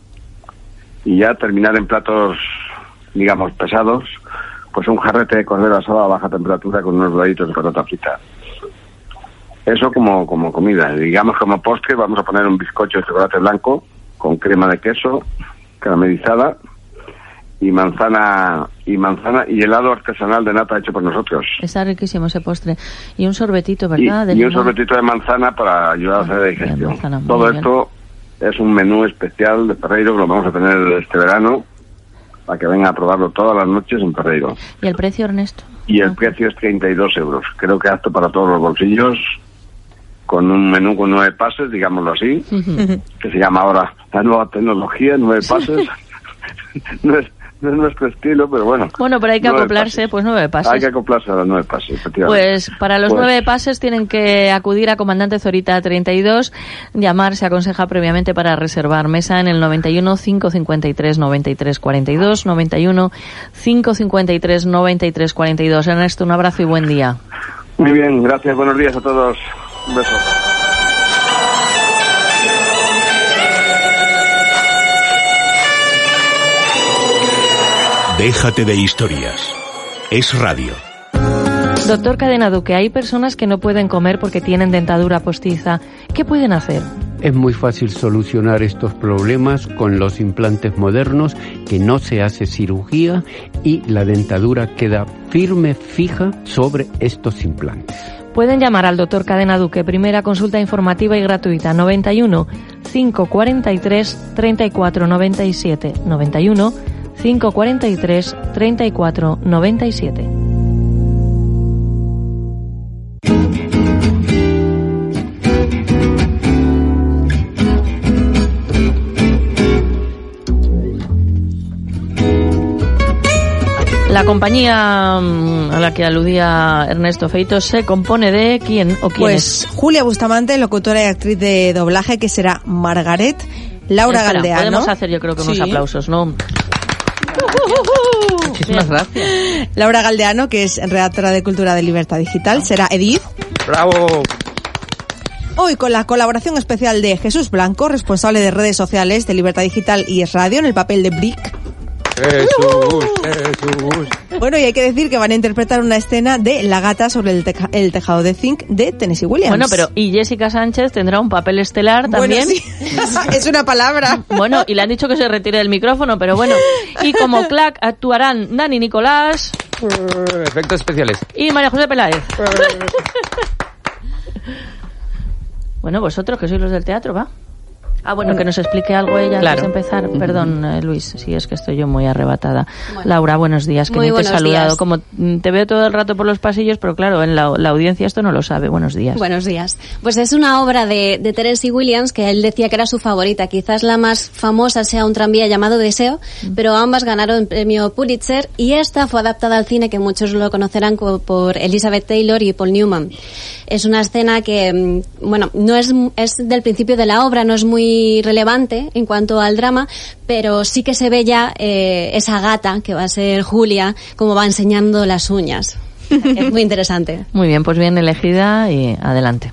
Speaker 13: Y ya terminar en platos, digamos, pesados, pues un jarrete de cordero asado a baja temperatura con unos doraditos de patata frita. Eso como, como comida. Digamos, como postre vamos a poner un bizcocho de chocolate blanco con crema de queso caramelizada y manzana y manzana y helado artesanal de nata hecho por nosotros.
Speaker 3: Está riquísimo ese postre. Y un sorbetito, ¿verdad?
Speaker 13: Y,
Speaker 3: de
Speaker 13: y un sorbetito de manzana para ayudar a hacer la digestión. Manzana, Todo bien. Esto es un menú especial de Ferreiro que lo vamos a tener este verano para que vengan a probarlo todas las noches en Ferreiro.
Speaker 3: ¿Y el precio, Ernesto?
Speaker 13: Y el precio es treinta y dos euros. Creo que apto para todos los bolsillos, con un menú con nueve pases, digámoslo así, uh-huh. que se llama ahora la nueva tecnología, nueve pases. no es No es nuestro estilo, pero bueno.
Speaker 3: Bueno, pero hay que acoplarse, pases. pues nueve pases.
Speaker 13: Hay que acoplarse a los nueve pases, efectivamente.
Speaker 3: Pues para los pues... nueve pases tienen que acudir a Comandante Zorita treinta y dos, llamar, se aconseja previamente para reservar mesa en el noventa y uno, cinco cincuenta y tres, noventa y tres cuarenta y dos, noventa y uno, cinco cincuenta y tres, noventa y tres cuarenta y dos. Ernesto, un abrazo y buen día.
Speaker 13: Muy bien, gracias, buenos días a todos. Un beso.
Speaker 1: Déjate de historias. Es radio.
Speaker 3: Doctor Cadena Duque, hay personas que no pueden comer porque tienen dentadura postiza. ¿Qué pueden hacer?
Speaker 14: Es muy fácil solucionar estos problemas con los implantes modernos, que no se hace cirugía y la dentadura queda firme, fija sobre estos implantes.
Speaker 3: Pueden llamar al doctor Cadena Duque, primera consulta informativa y gratuita, noventa y uno, cinco cuarenta y tres, treinta y cuatro noventa y siete, noventa y uno, cinco cuarenta y tres, treinta y cuatro noventa y siete. La compañía mm, a la que aludía Ernesto Feito se compone de quién o quiénes.
Speaker 8: Pues Julia Bustamante, locutora y actriz de doblaje, que será Margaret. Laura
Speaker 3: Espera,
Speaker 8: Galdeano.
Speaker 3: podemos hacer yo creo que unos
Speaker 8: Sí.
Speaker 3: aplausos, ¿no?
Speaker 8: Muchísimas gracias. Laura Galdeano, que es redactora de Cultura de Libertad Digital, será Edith.
Speaker 7: ¡Bravo!
Speaker 8: Hoy con la colaboración especial de Jesús Blanco, responsable de redes sociales de Libertad Digital y Es Radio, en el papel de Brick.
Speaker 7: Jesús, Jesús.
Speaker 8: Bueno, y hay que decir que van a interpretar una escena de La gata sobre el, teja- el tejado de zinc de Tennessee Williams.
Speaker 3: Bueno, pero y Jessica Sánchez tendrá un papel estelar también.
Speaker 8: Bueno, sí. Es una palabra.
Speaker 3: Bueno, y le han dicho que se retire del micrófono, pero bueno. Y como Clack actuarán Dani Nicolás
Speaker 7: Efectos especiales.
Speaker 3: y María José Peláez. Bueno, vosotros que sois los del teatro, ¿va? Ah, bueno, que nos explique algo ella
Speaker 15: Claro.
Speaker 3: antes de empezar. Perdón, eh, Luis, si es que estoy yo muy arrebatada.
Speaker 15: Bueno.
Speaker 3: Laura, buenos días, que
Speaker 15: Muy
Speaker 3: ni te he
Speaker 15: buenos
Speaker 3: saludado.
Speaker 15: días.
Speaker 3: Como mm, te veo todo el rato por los pasillos, pero claro, en la, la audiencia esto no lo sabe. Buenos días.
Speaker 15: Buenos días. Pues es una obra de, de Tennessee Williams que él decía que era su favorita. Quizás la más famosa sea Un tranvía llamado Deseo, pero ambas ganaron premio Pulitzer y esta fue adaptada al cine, que muchos lo conocerán co- por Elizabeth Taylor y Paul Newman. Es una escena que, mm, bueno, no es, es del principio de la obra, no es muy relevante en cuanto al drama, pero sí que se ve ya eh, esa gata que va a ser Julia, como va enseñando las uñas. Es muy interesante.
Speaker 3: Muy bien, pues bien elegida y adelante.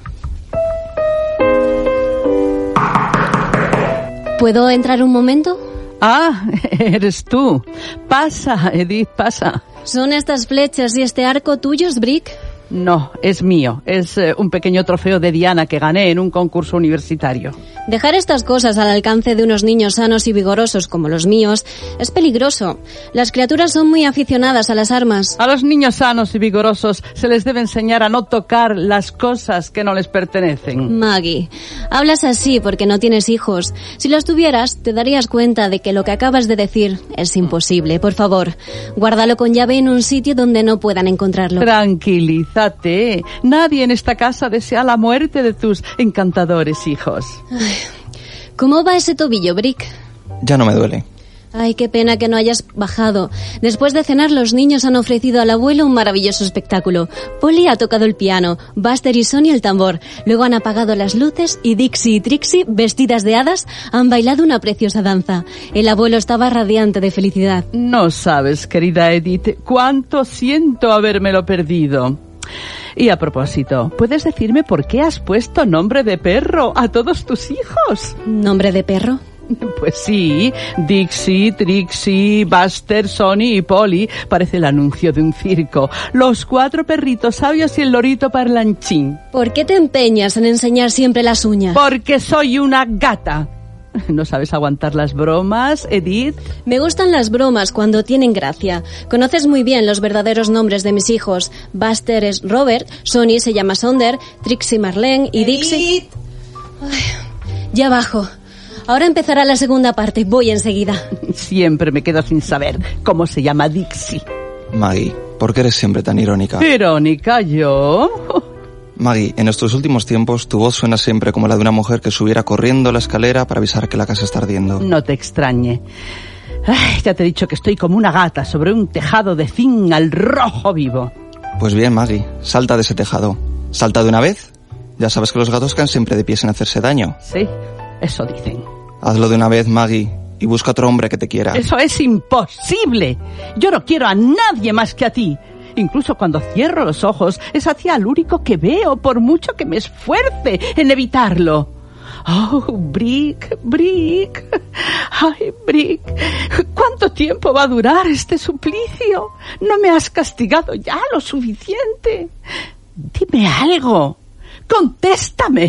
Speaker 15: ¿Puedo entrar un momento?
Speaker 9: Ah, eres tú. Pasa, Edith, pasa.
Speaker 15: ¿Son estas flechas y este arco tuyos, Brick?
Speaker 9: No, es mío. Es eh, un pequeño trofeo de Diana que gané en un concurso universitario.
Speaker 15: Dejar estas cosas al alcance de unos niños sanos y vigorosos como los míos es peligroso. Las criaturas son muy aficionadas a las armas.
Speaker 9: A los niños sanos y vigorosos se les debe enseñar a no tocar las cosas que no les pertenecen.
Speaker 15: Maggie, hablas así porque no tienes hijos. Si los tuvieras, te darías cuenta de que lo que acabas de decir es imposible. Por favor, guárdalo con llave en un sitio donde no puedan encontrarlo.
Speaker 9: Tranquilízate. Nadie en esta casa desea la muerte de tus encantadores hijos.
Speaker 15: Ay, ¿cómo va ese tobillo, Brick?
Speaker 16: Ya no me duele.
Speaker 15: Ay, qué pena que no hayas bajado. Después de cenar, los niños han ofrecido al abuelo un maravilloso espectáculo. Polly ha tocado el piano, Buster y Sonny el tambor. Luego han apagado las luces y Dixie y Trixie, vestidas de hadas, han bailado una preciosa danza. El abuelo estaba radiante de felicidad.
Speaker 9: No sabes, querida Edith, cuánto siento habérmelo perdido. Y a propósito, ¿puedes decirme por qué has puesto nombre de perro a todos tus hijos?
Speaker 15: ¿Nombre de perro?
Speaker 9: Pues sí, Dixie, Trixie, Buster, Sonny y Polly. Parece el anuncio de un circo. Los cuatro perritos sabios y el lorito parlanchín.
Speaker 15: ¿Por qué te empeñas en enseñar siempre las uñas?
Speaker 9: Porque soy una gata. ¿No sabes aguantar las bromas, Edith?
Speaker 15: Me gustan las bromas cuando tienen gracia. Conoces muy bien los verdaderos nombres de mis hijos. Buster es Robert, Sonny se llama Sonder, Trixie Marlene y Dixie... Ay, ya bajo. Ahora empezará la segunda parte. Voy enseguida.
Speaker 9: Siempre me quedo sin saber cómo se llama Dixie.
Speaker 16: Maggie, ¿por qué eres siempre tan irónica?
Speaker 9: ¿Irónica yo?
Speaker 16: Maggie, en estos últimos tiempos tu voz suena siempre como la de una mujer que subiera corriendo la escalera para avisar que la casa está ardiendo.
Speaker 9: No te extrañe. Ay, ya te he dicho que estoy como una gata sobre un tejado de zinc al rojo vivo.
Speaker 16: Pues bien, Maggie, salta de ese tejado. Salta de una vez. Ya sabes que los gatos caen siempre de pie sin hacerse daño.
Speaker 9: Sí, eso dicen.
Speaker 16: Hazlo de una vez, Maggie, y busca otro hombre que te quiera.
Speaker 9: Eso es imposible. Yo no quiero a nadie más que a ti. Incluso cuando cierro los ojos, es hacia el único que veo, por mucho que me esfuerce en evitarlo. Oh, Brick, Brick. Ay, Brick, ¿cuánto tiempo va a durar este suplicio? No me has castigado ya lo suficiente. Dime algo. Contéstame.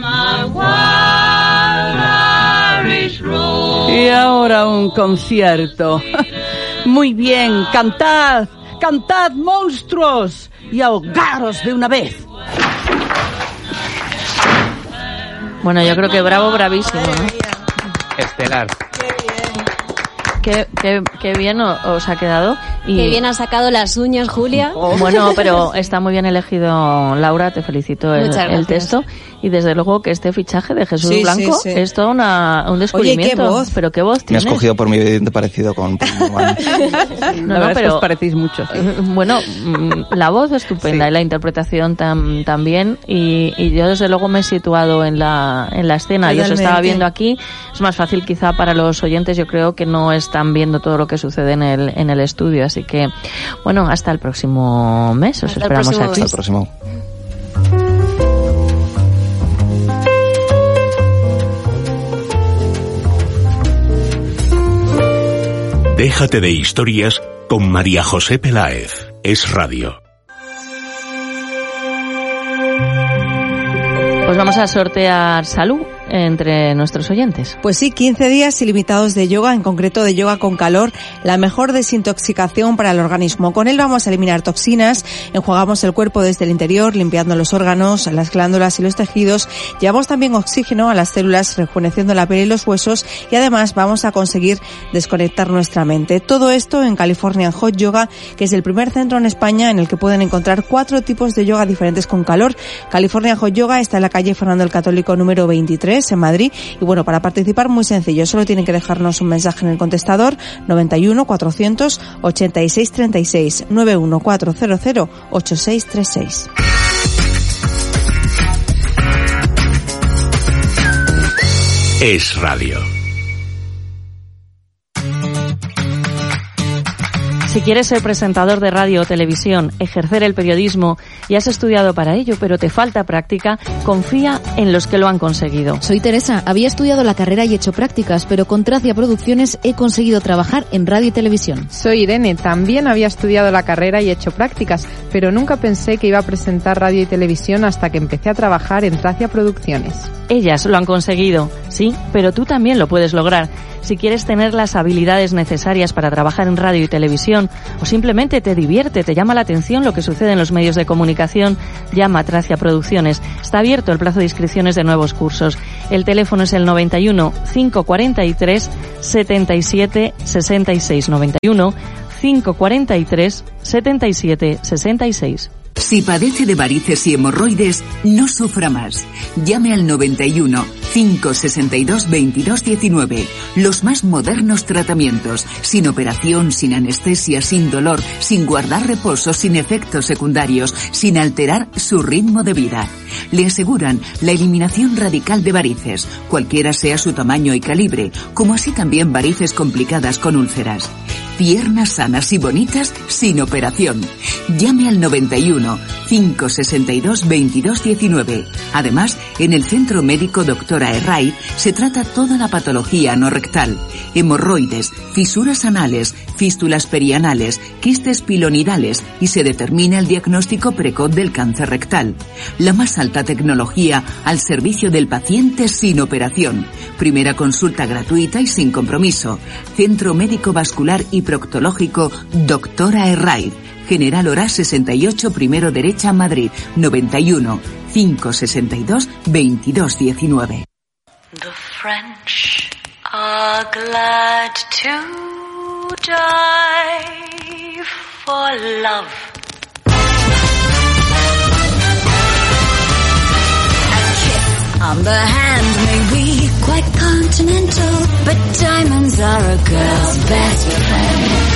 Speaker 9: Y ahora un concierto. Muy bien, cantad, cantad, monstruos, y ahogaros de una vez.
Speaker 3: Bueno, yo creo que bravo, bravísimo, ¿no?
Speaker 7: Estelar.
Speaker 3: Qué, qué, qué bien os ha quedado. Y...
Speaker 15: Qué bien has sacado las uñas, Julia.
Speaker 3: Bueno, pero está muy bien elegido, Laura, te felicito el, el texto. Y desde luego que este fichaje de Jesús
Speaker 8: sí,
Speaker 3: Blanco
Speaker 8: sí, sí.
Speaker 3: es todo una, un descubrimiento.
Speaker 8: Oye, ¿qué voz?
Speaker 3: Pero qué voz
Speaker 16: Me
Speaker 3: tienes.
Speaker 16: has cogido por mi evidente parecido con...
Speaker 3: No, no, pero
Speaker 9: os parecéis mucho. Sí.
Speaker 3: Bueno, la voz estupenda sí. y la interpretación tam, también. Y, y yo desde luego me he situado en la, en la escena. Totalmente. Yo os estaba viendo aquí. Es más fácil quizá para los oyentes. Yo creo que no están viendo todo lo que sucede en el, en el estudio. Así que, bueno, hasta el próximo mes. Os
Speaker 15: hasta
Speaker 3: esperamos
Speaker 15: aquí.
Speaker 3: Hasta
Speaker 16: el próximo.
Speaker 1: Déjate de historias con María José Peláez. Es Radio.
Speaker 3: Pues vamos a sortear salud entre nuestros oyentes.
Speaker 8: Pues sí, quince días ilimitados de yoga, en concreto de yoga con calor, la mejor desintoxicación para el organismo. Con él vamos a eliminar toxinas, enjuagamos el cuerpo desde el interior, limpiando los órganos, las glándulas y los tejidos. Llevamos también oxígeno a las células, rejuveneciendo la piel y los huesos, y además vamos a conseguir desconectar nuestra mente. Todo esto en California Hot Yoga, que es el primer centro en España en el que pueden encontrar cuatro tipos de yoga diferentes con calor. California Hot Yoga está en la calle Fernando el Católico número veintitrés en Madrid, y bueno, para participar muy sencillo, solo tienen que dejarnos un mensaje en el contestador noventa y uno cuatrocientos ochenta y seis treinta y seis, noventa y uno cuatrocientos ochenta y seis treinta y seis.
Speaker 1: Es Radio.
Speaker 3: Si quieres ser presentador de radio o televisión, ejercer el periodismo y has estudiado para ello, pero te falta práctica, confía en los que lo han conseguido.
Speaker 5: Soy Teresa, había estudiado la carrera y hecho prácticas, pero con Tracia Producciones he conseguido trabajar en radio y televisión.
Speaker 6: Soy Irene, también había estudiado la carrera y hecho prácticas, pero nunca pensé que iba a presentar radio y televisión hasta que empecé a trabajar en Tracia Producciones.
Speaker 3: Ellas lo han conseguido, sí, pero tú también lo puedes lograr. Si quieres tener las habilidades necesarias para trabajar en radio y televisión, o simplemente te divierte, te llama la atención lo que sucede en los medios de comunicación, llama a Tracia Producciones. Está abierto el plazo de inscripciones de nuevos cursos. El teléfono es el noventa y uno, cinco cuarenta y tres, setenta y siete, sesenta y seis. noventa y uno, cinco cuarenta y tres, setenta y siete, sesenta y seis.
Speaker 17: Si padece de varices y hemorroides, no sufra más. Llame al noventa y uno, cinco sesenta y dos, veintidós diecinueve. Los más modernos tratamientos, sin operación, sin anestesia, sin dolor, sin guardar reposo, sin efectos secundarios, sin alterar su ritmo de vida. Le aseguran la eliminación radical de varices, cualquiera sea su tamaño y calibre, como así también varices complicadas con úlceras. Piernas sanas y bonitas sin operación. Llame al noventa y uno, cinco sesenta y dos, veintidós diecinueve. Además, en el Centro Médico Doctora Herray se trata toda la patología no rectal, hemorroides, fisuras anales, fístulas perianales, quistes pilonidales, y se determina el diagnóstico precoz del cáncer rectal. La más alta tecnología al servicio del paciente sin operación. Primera consulta gratuita y sin compromiso. Centro Médico Vascular y Proctológico Doctora Herray. General Orá sesenta y ocho, primero derecha, Madrid. noventa y uno, cinco sesenta y dos, veintidós diecinueve.
Speaker 18: The French are glad to die for love. A kiss on the hand may be quite continental, but diamonds are a girl's best friend.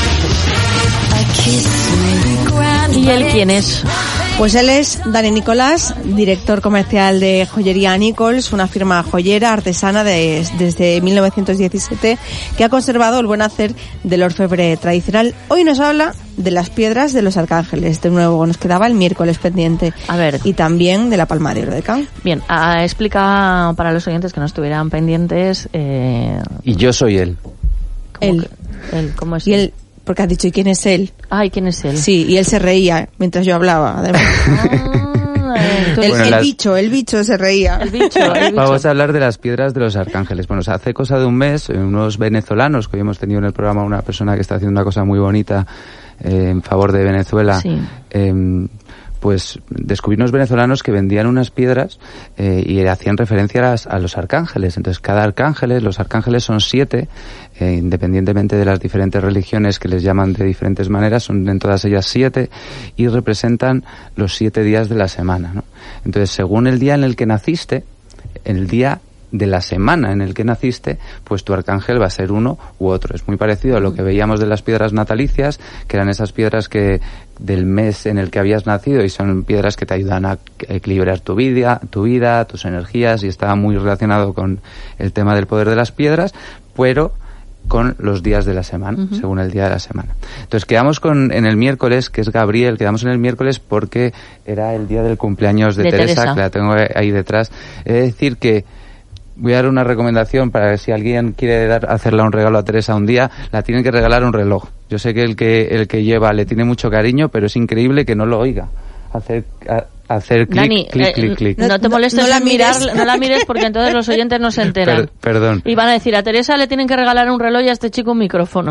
Speaker 3: ¿Y él quién es?
Speaker 8: Pues él es Dani Nicolás, director comercial de Joyería Nichols, una firma joyera artesana de, desde mil novecientos diecisiete que ha conservado el buen hacer del orfebre tradicional. Hoy nos habla de las piedras de los arcángeles, de nuevo, nos quedaba el miércoles pendiente.
Speaker 3: A ver.
Speaker 8: Y también de la palma de oro de Can.
Speaker 3: Bien, a, explica para los oyentes que no estuvieran pendientes. Eh...
Speaker 7: Y yo soy él.
Speaker 8: Él.
Speaker 3: Que, él, ¿cómo es
Speaker 8: y
Speaker 3: él?
Speaker 8: él? Porque has dicho, ¿y quién es él?
Speaker 3: Ay, ¿quién es él?
Speaker 8: Sí, y él se reía mientras yo hablaba, además. Ah, el, bueno, el las... bicho, el bicho se reía.
Speaker 3: El bicho, el bicho.
Speaker 7: Vamos a hablar de las piedras de los arcángeles. Bueno, hace cosa de un mes, unos venezolanos, que hoy hemos tenido en el programa una persona que está haciendo una cosa muy bonita eh, en favor de Venezuela,
Speaker 3: sí.
Speaker 7: eh, pues descubrí unos venezolanos que vendían unas piedras eh, y hacían referencia a, las, a los arcángeles. Entonces cada arcángel, los arcángeles son siete, eh, independientemente de las diferentes religiones que les llaman de diferentes maneras, son en todas ellas siete y representan los siete días de la semana, ¿no? Entonces, según el día en el que naciste, el día de la semana en el que naciste, pues tu arcángel va a ser uno u otro. Es muy parecido a lo que veíamos de las piedras natalicias, que eran esas piedras que del mes en el que habías nacido, y son piedras que te ayudan a equilibrar tu vida, tu vida, tus energías, y estaba muy relacionado con el tema del poder de las piedras, pero con los días de la semana, uh-huh. según el día de la semana. Entonces quedamos con en el miércoles, que es Gabriel, quedamos en el miércoles porque era el día del cumpleaños de, de Teresa, Teresa, que la tengo ahí detrás. Es decir que voy a dar una recomendación para que si alguien quiere dar, hacerle un regalo a Teresa un día, la tienen que regalar un reloj. Yo sé que el que el que lleva le tiene mucho cariño, pero es increíble que no lo oiga. Hacer a, hacer clic,
Speaker 3: Dani,
Speaker 7: clic,
Speaker 3: eh,
Speaker 7: clic, clic.
Speaker 3: No te molestes no, no en mirar, no la mires porque entonces los oyentes no se enteran.
Speaker 7: Per, perdón.
Speaker 3: Y van a decir, a Teresa le tienen que regalar un reloj y a este chico un micrófono.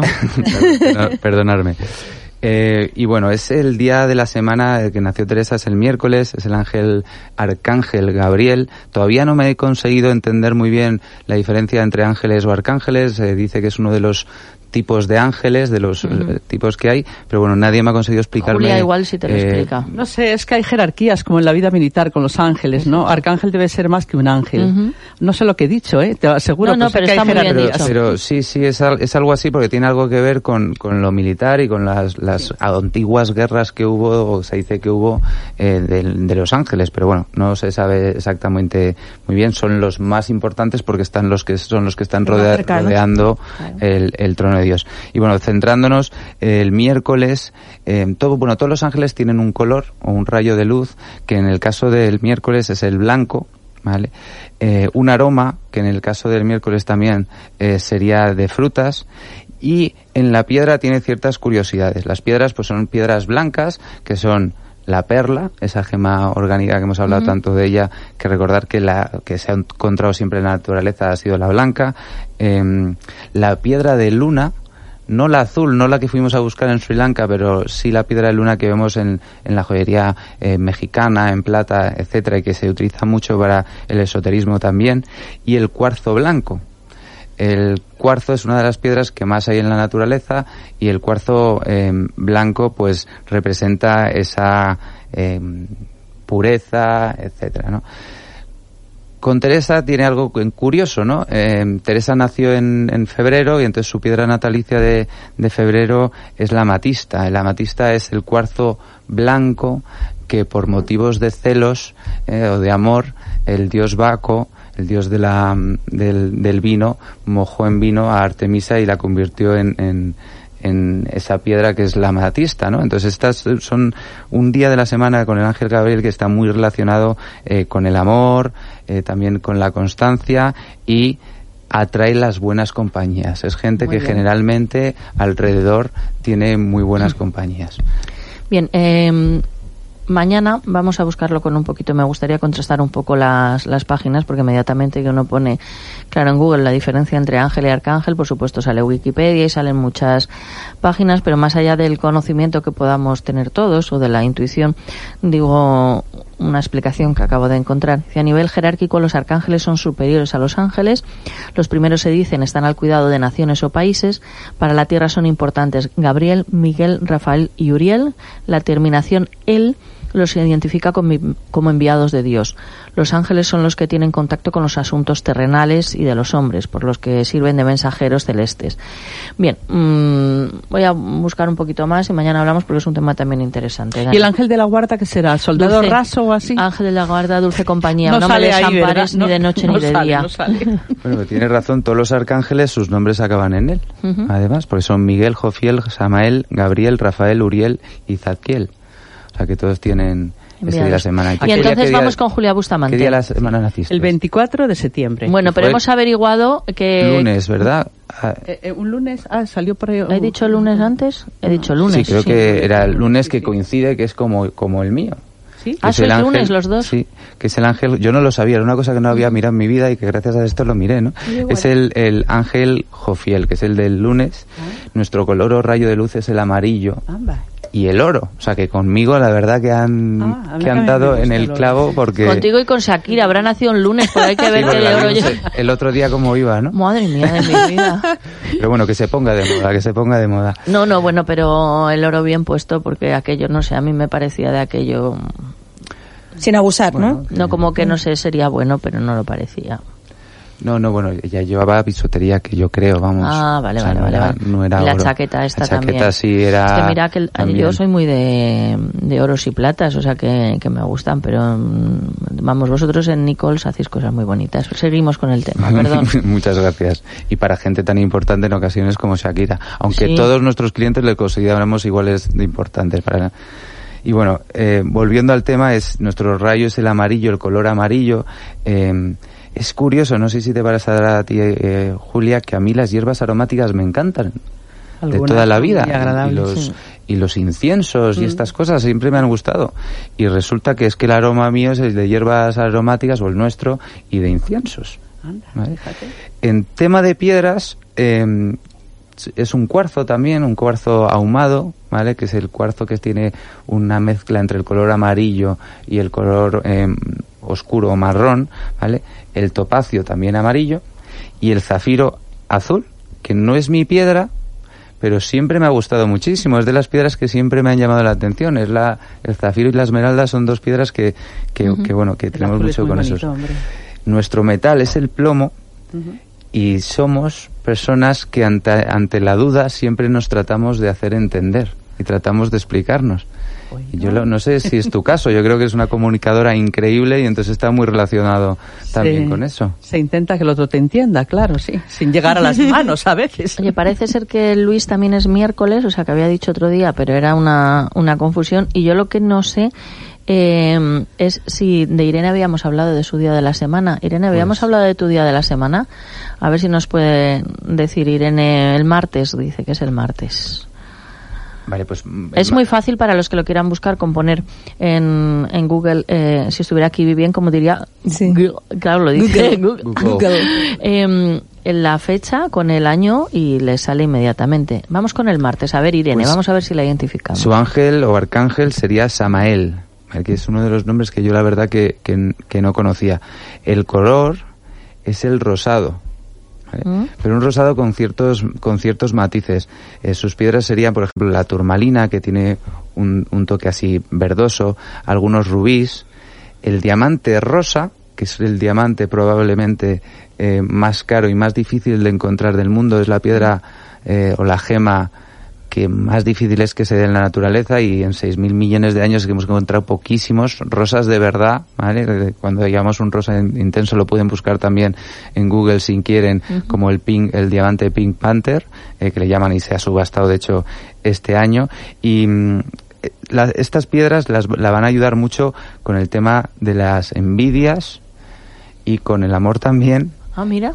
Speaker 7: no, perdonarme. Eh, y bueno, es el día de la semana que nació Teresa, es el miércoles, es el ángel arcángel Gabriel. Todavía no me he conseguido entender muy bien la diferencia entre ángeles o arcángeles. Eh, dice que es uno de los tipos de ángeles, de los uh-huh. eh, tipos que hay, pero bueno, nadie me ha conseguido explicarme.
Speaker 3: Julia igual si te lo
Speaker 7: eh,
Speaker 3: explica.
Speaker 9: No sé, es que hay jerarquías como en la vida militar con los ángeles, ¿no? Arcángel debe ser más que un ángel. Uh-huh. No sé lo que he dicho, ¿eh? Te aseguro
Speaker 3: no, no,
Speaker 9: pues,
Speaker 3: pero
Speaker 9: que
Speaker 3: está
Speaker 9: hay
Speaker 3: muy bien
Speaker 9: jerarquías.
Speaker 7: Pero, pero sí, sí, es, es algo así porque tiene algo que ver con, con lo militar y con las, las sí. antiguas guerras que hubo, o se dice que hubo, eh, de, de los ángeles, pero bueno, no se sabe exactamente muy bien. Son los más importantes porque están los que son los que están rodea, rodeando claro. el, el trono de Dios. Y bueno, centrándonos, eh, el miércoles, eh, todo, bueno, todos los ángeles tienen un color o un rayo de luz, que en el caso del miércoles es el blanco, ¿vale? Eh, un aroma, que en el caso del miércoles también eh, sería de frutas, y en la piedra tiene ciertas curiosidades. Las piedras pues son piedras blancas, que son la perla, esa gema orgánica que hemos hablado uh-huh. tanto de ella, que recordar que la que se ha encontrado siempre en la naturaleza ha sido la blanca, eh, la piedra de luna, no la azul, no la que fuimos a buscar en Sri Lanka, pero sí la piedra de luna que vemos en, en la joyería eh, mexicana, en plata, etcétera, y que se utiliza mucho para el esoterismo también, y el cuarzo blanco. El cuarzo es una de las piedras que más hay en la naturaleza, y el cuarzo eh, blanco pues representa esa eh, pureza, etcétera, ¿no? Con Teresa tiene algo curioso, ¿no? Eh, Teresa nació en, en febrero, y entonces su piedra natalicia de, de febrero es la amatista. El amatista es el cuarzo blanco que por motivos de celos eh, o de amor, el dios Baco, el dios de la, del, del vino, mojó en vino a Artemisa y la convirtió en, en en esa piedra que es la amatista, ¿no? Entonces estas son un día de la semana con el ángel Gabriel que está muy relacionado eh, con el amor, eh, también con la constancia, y atrae las buenas compañías. Es gente muy que bien. Generalmente alrededor tiene muy buenas sí. compañías.
Speaker 3: Bien, eh, mañana vamos a buscarlo con un poquito. Me gustaría contrastar un poco las, las páginas, porque inmediatamente que uno pone, claro, en Google la diferencia entre ángel y arcángel, por supuesto sale Wikipedia y salen muchas páginas, pero más allá del conocimiento que podamos tener todos o de la intuición, digo una explicación que acabo de encontrar. A nivel jerárquico, los arcángeles son superiores a los ángeles. Los primeros, se dicen, están al cuidado de naciones o países. Para la Tierra son importantes Gabriel, Miguel, Rafael y Uriel. La terminación el los identifica como enviados de Dios. Los ángeles son los que tienen contacto con los asuntos terrenales y de los hombres, por los que sirven de mensajeros celestes. Bien, mmm, voy a buscar un poquito más y mañana hablamos porque es un tema también interesante.
Speaker 9: ¿Y el ángel de la guarda qué será? ¿Soldado dulce, raso o así?
Speaker 3: Ángel de la guarda, dulce compañía.
Speaker 9: No,
Speaker 3: no
Speaker 9: sale
Speaker 3: me desampares
Speaker 9: ahí,
Speaker 3: ni
Speaker 9: no,
Speaker 3: de noche
Speaker 9: no
Speaker 3: ni de
Speaker 9: sale,
Speaker 3: día.
Speaker 9: No sale.
Speaker 7: Bueno, tienes razón, todos los arcángeles, sus nombres acaban en él. Uh-huh. Además, porque son Miguel, Jofiel, Samael, Gabriel, Rafael, Uriel y Zadkiel. O sea que todos tienen ese día de la semana.
Speaker 3: Y entonces vamos con Julia Bustamante.
Speaker 7: ¿Qué día de la semana naciste?
Speaker 9: El veinticuatro de septiembre.
Speaker 3: Bueno, pero hemos averiguado que...
Speaker 7: Lunes, ¿verdad?
Speaker 9: Eh, eh, un lunes, ah, salió por ahí...
Speaker 3: ¿He dicho lunes antes? He dicho lunes.
Speaker 7: Sí, creo
Speaker 3: sí.
Speaker 7: que era el lunes que coincide, que es como, como el mío.
Speaker 3: ¿Sí? Ah, ¿sois lunes los dos?
Speaker 7: Sí, que es el ángel, yo no lo sabía, era una cosa que no había mirado en mi vida y que gracias a esto lo miré, ¿no? Es el, el ángel Jofiel, que es el del lunes. ¿Ah? Nuestro color o rayo de luz es el amarillo.
Speaker 9: Amba.
Speaker 7: y el oro. O sea, que conmigo la verdad que han,
Speaker 9: Ah,
Speaker 7: que han dado en el clavo porque...
Speaker 3: Contigo y con Shakira, habrá nacido un lunes, pero hay que ver
Speaker 7: Sí,
Speaker 3: que
Speaker 7: porque
Speaker 3: el
Speaker 7: la
Speaker 3: oro
Speaker 7: vimos
Speaker 3: lleva.
Speaker 7: el otro día como iba, ¿no?
Speaker 3: Madre mía de mi vida.
Speaker 7: Pero bueno, que se ponga de moda, que se ponga de moda.
Speaker 3: No, no, bueno, pero el oro bien puesto, porque aquello, no sé, a mí me parecía de aquello...
Speaker 8: Sin abusar, ¿no?
Speaker 3: No, como que no sé, sería bueno, pero no lo parecía.
Speaker 7: No, no, bueno, ella llevaba bisutería que yo creo, vamos.
Speaker 3: Ah, vale,
Speaker 7: O sea,
Speaker 3: vale,
Speaker 7: no
Speaker 3: vale,
Speaker 7: era-
Speaker 3: vale.
Speaker 7: no era
Speaker 3: Y la
Speaker 7: oro.
Speaker 3: chaqueta esta
Speaker 7: La chaqueta
Speaker 3: también.
Speaker 7: sí era...
Speaker 3: Es que mira que el-
Speaker 7: también.
Speaker 3: yo soy muy de, de oros y platas, o sea que, que me gustan, pero mm, vamos, vosotros en Nichols hacéis cosas muy bonitas. Seguimos con el tema, perdón.
Speaker 7: Muchas gracias. Y para gente tan importante en ocasiones como Shakira. Aunque
Speaker 3: Sí.
Speaker 7: todos nuestros clientes le consideramos iguales de importantes para... Y bueno, eh, volviendo al tema, es nuestro rayo es el amarillo, el color amarillo. Eh, es curioso, no sé si te parece a ti, eh, Julia, que a mí las hierbas aromáticas me encantan. De
Speaker 9: Algunas
Speaker 7: toda la
Speaker 9: son
Speaker 7: vida.
Speaker 9: muy agradables,
Speaker 7: y, los,
Speaker 9: sí.
Speaker 7: y los inciensos
Speaker 9: Mm.
Speaker 7: y estas cosas siempre me han gustado. Y resulta que es que el aroma mío es el de hierbas aromáticas, o el nuestro, y de inciensos.
Speaker 9: Anda,
Speaker 7: ¿Vale?
Speaker 9: fíjate.
Speaker 7: En tema de piedras, eh, es un cuarzo también, un cuarzo ahumado, ¿vale? Que es el cuarzo que tiene una mezcla entre el color amarillo y el color eh, oscuro o marrón, ¿vale? El topacio también amarillo y el zafiro azul, que no es mi piedra, pero siempre me ha gustado muchísimo. Es de las piedras que siempre me han llamado la atención. Es la, el zafiro y la esmeralda son dos piedras que, que,
Speaker 9: Ujú.
Speaker 7: que bueno, que
Speaker 9: El
Speaker 7: tenemos
Speaker 9: azul es
Speaker 7: mucho
Speaker 9: muy
Speaker 7: con
Speaker 9: bonito,
Speaker 7: esos.
Speaker 9: hombre.
Speaker 7: Nuestro metal es el plomo.
Speaker 9: Ujú.
Speaker 7: Y somos personas que ante, ante la duda siempre nos tratamos de hacer entender y tratamos de explicarnos. Y yo lo- no sé si es tu caso, yo creo que es una comunicadora increíble y entonces está muy relacionado también
Speaker 9: Se-
Speaker 7: con eso.
Speaker 9: Se intenta que el otro te entienda, claro, sí, sin llegar a las manos a veces.
Speaker 3: Oye, parece ser que Luis también es miércoles, o sea que había dicho otro día, pero era una, una confusión. Y yo lo que no sé eh, es si de Irene habíamos hablado de su día de la semana. Irene, ¿habíamos
Speaker 7: Pues-
Speaker 3: hablado de tu día de la semana? A ver si nos puede decir Irene el martes, dice que es el martes.
Speaker 7: Vale, pues mm,
Speaker 3: Es
Speaker 7: ma-
Speaker 3: muy fácil para los que lo quieran buscar con poner en, en Google, eh, si estuviera aquí bien, como diría, Google, claro, lo dice
Speaker 8: Google.
Speaker 3: Google.
Speaker 8: Google.
Speaker 3: Eh, en la fecha con el año y le sale inmediatamente. Vamos con el martes. A ver, Irene,
Speaker 7: Pues,
Speaker 3: vamos a ver si la identificamos.
Speaker 7: su ángel o arcángel sería Samael, ¿vale? Que es uno de los nombres que yo la verdad que, que, que no conocía. El color es el rosado. ¿Vale?
Speaker 3: ¿Mm?
Speaker 7: Pero un rosado con ciertos con ciertos matices. Eh, sus piedras serían, por ejemplo, la turmalina, que tiene un, un toque así verdoso, algunos rubíes, el diamante rosa, que es el diamante probablemente eh, más caro y más difícil de encontrar del mundo, es la piedra eh, o la gema que más difícil es que se dé en la naturaleza, y en seis mil millones de años que hemos encontrado poquísimos rosas de verdad, ¿vale? Cuando llamamos un rosa in- intenso lo pueden buscar también en Google si quieren,
Speaker 3: Ujú.
Speaker 7: como el pink, el diamante Pink Panther, eh, que le llaman y se ha subastado de hecho este año. Y mm, eh, la- estas piedras las, la van a ayudar mucho con el tema de las envidias y con el amor también,
Speaker 3: Ah, mira.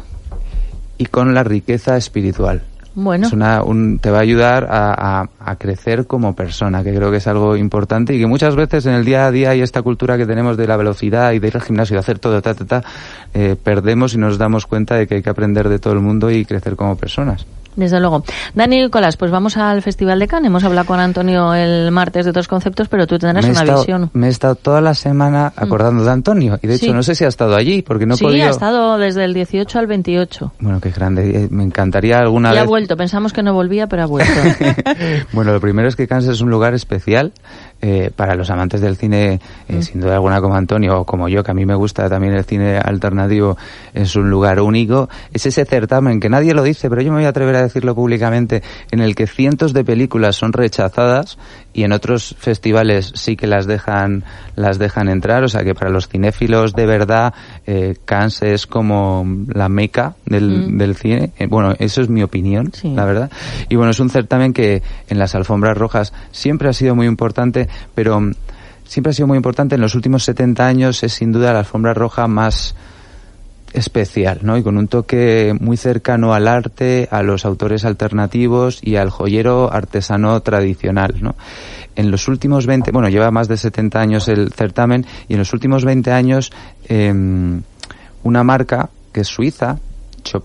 Speaker 7: y con la riqueza espiritual.
Speaker 3: Bueno.
Speaker 7: Es una, un, te va a ayudar a, a, a crecer como persona, que creo que es algo importante y que muchas veces en el día a día y esta cultura que tenemos de la velocidad y de ir al gimnasio y de hacer todo, ta, ta, ta, eh, perdemos y nos damos cuenta de que hay que aprender de todo el mundo y crecer como personas.
Speaker 3: Desde luego. Dani Nicolás, pues vamos al Festival de Cannes. Hemos hablado con Antonio el martes de otros conceptos, pero tú tendrás
Speaker 7: me, he
Speaker 3: una
Speaker 7: estado,
Speaker 3: visión.
Speaker 7: me he estado toda la semana acordando de Antonio y de hecho
Speaker 3: Sí.
Speaker 7: no sé si ha estado allí porque no he
Speaker 3: sí,
Speaker 7: podido...
Speaker 3: ha estado desde el dieciocho al veintiocho.
Speaker 7: Bueno, qué grande. Eh, Me encantaría alguna
Speaker 3: Y
Speaker 7: vez...
Speaker 3: ha vuelto. Pensamos que no volvía, pero ha vuelto.
Speaker 7: Bueno, lo primero es que Cannes es un lugar especial eh, para los amantes del cine, eh,
Speaker 3: Mm.
Speaker 7: sin duda alguna como Antonio o como yo, que a mí me gusta también el cine alternativo, es un lugar único. Es ese certamen que nadie lo dice, pero yo me voy a atrever a decirlo públicamente, en el que cientos de películas son rechazadas y en otros festivales sí que las dejan las dejan entrar. O sea que para los cinéfilos de verdad, eh, Cannes es como la meca del,
Speaker 3: Mm.
Speaker 7: del cine. Eh, bueno, eso es mi opinión, la verdad. Y bueno, es un certamen que en las alfombras rojas siempre ha sido muy importante, pero mm, siempre ha sido muy importante. En los últimos setenta años es sin duda la alfombra roja más especial, ¿no? Y con un toque muy cercano al arte, a los autores alternativos y al joyero artesano tradicional, ¿no? En los últimos veinte, bueno, lleva más de setenta años el certamen, y en los últimos veinte años eh, una marca que es suiza, Chopard,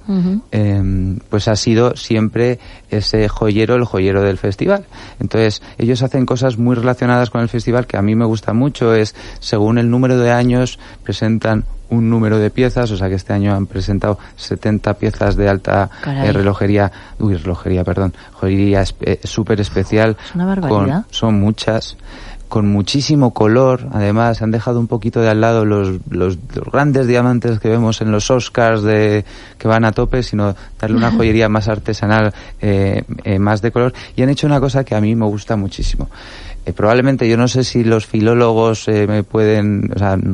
Speaker 7: Uh-huh. Eh, pues ha sido siempre ese joyero, el joyero del festival. Entonces, ellos hacen cosas muy relacionadas con el festival que a mí me gusta mucho. Es, según el número de años, presentan un número de piezas, o sea que este año han presentado setenta piezas de alta eh, relojería, uy, relojería, perdón, joyería espe- súper especial.
Speaker 3: Es una barbaridad.
Speaker 7: Con, son muchas. Con muchísimo color, además han dejado un poquito de al lado los, los, los grandes diamantes que vemos en los Oscars de que van a tope, sino darle una joyería más artesanal, eh, eh, más de color, y han hecho una cosa que a mí me gusta muchísimo. Eh, probablemente, yo no sé si los filólogos eh, me pueden, o sea,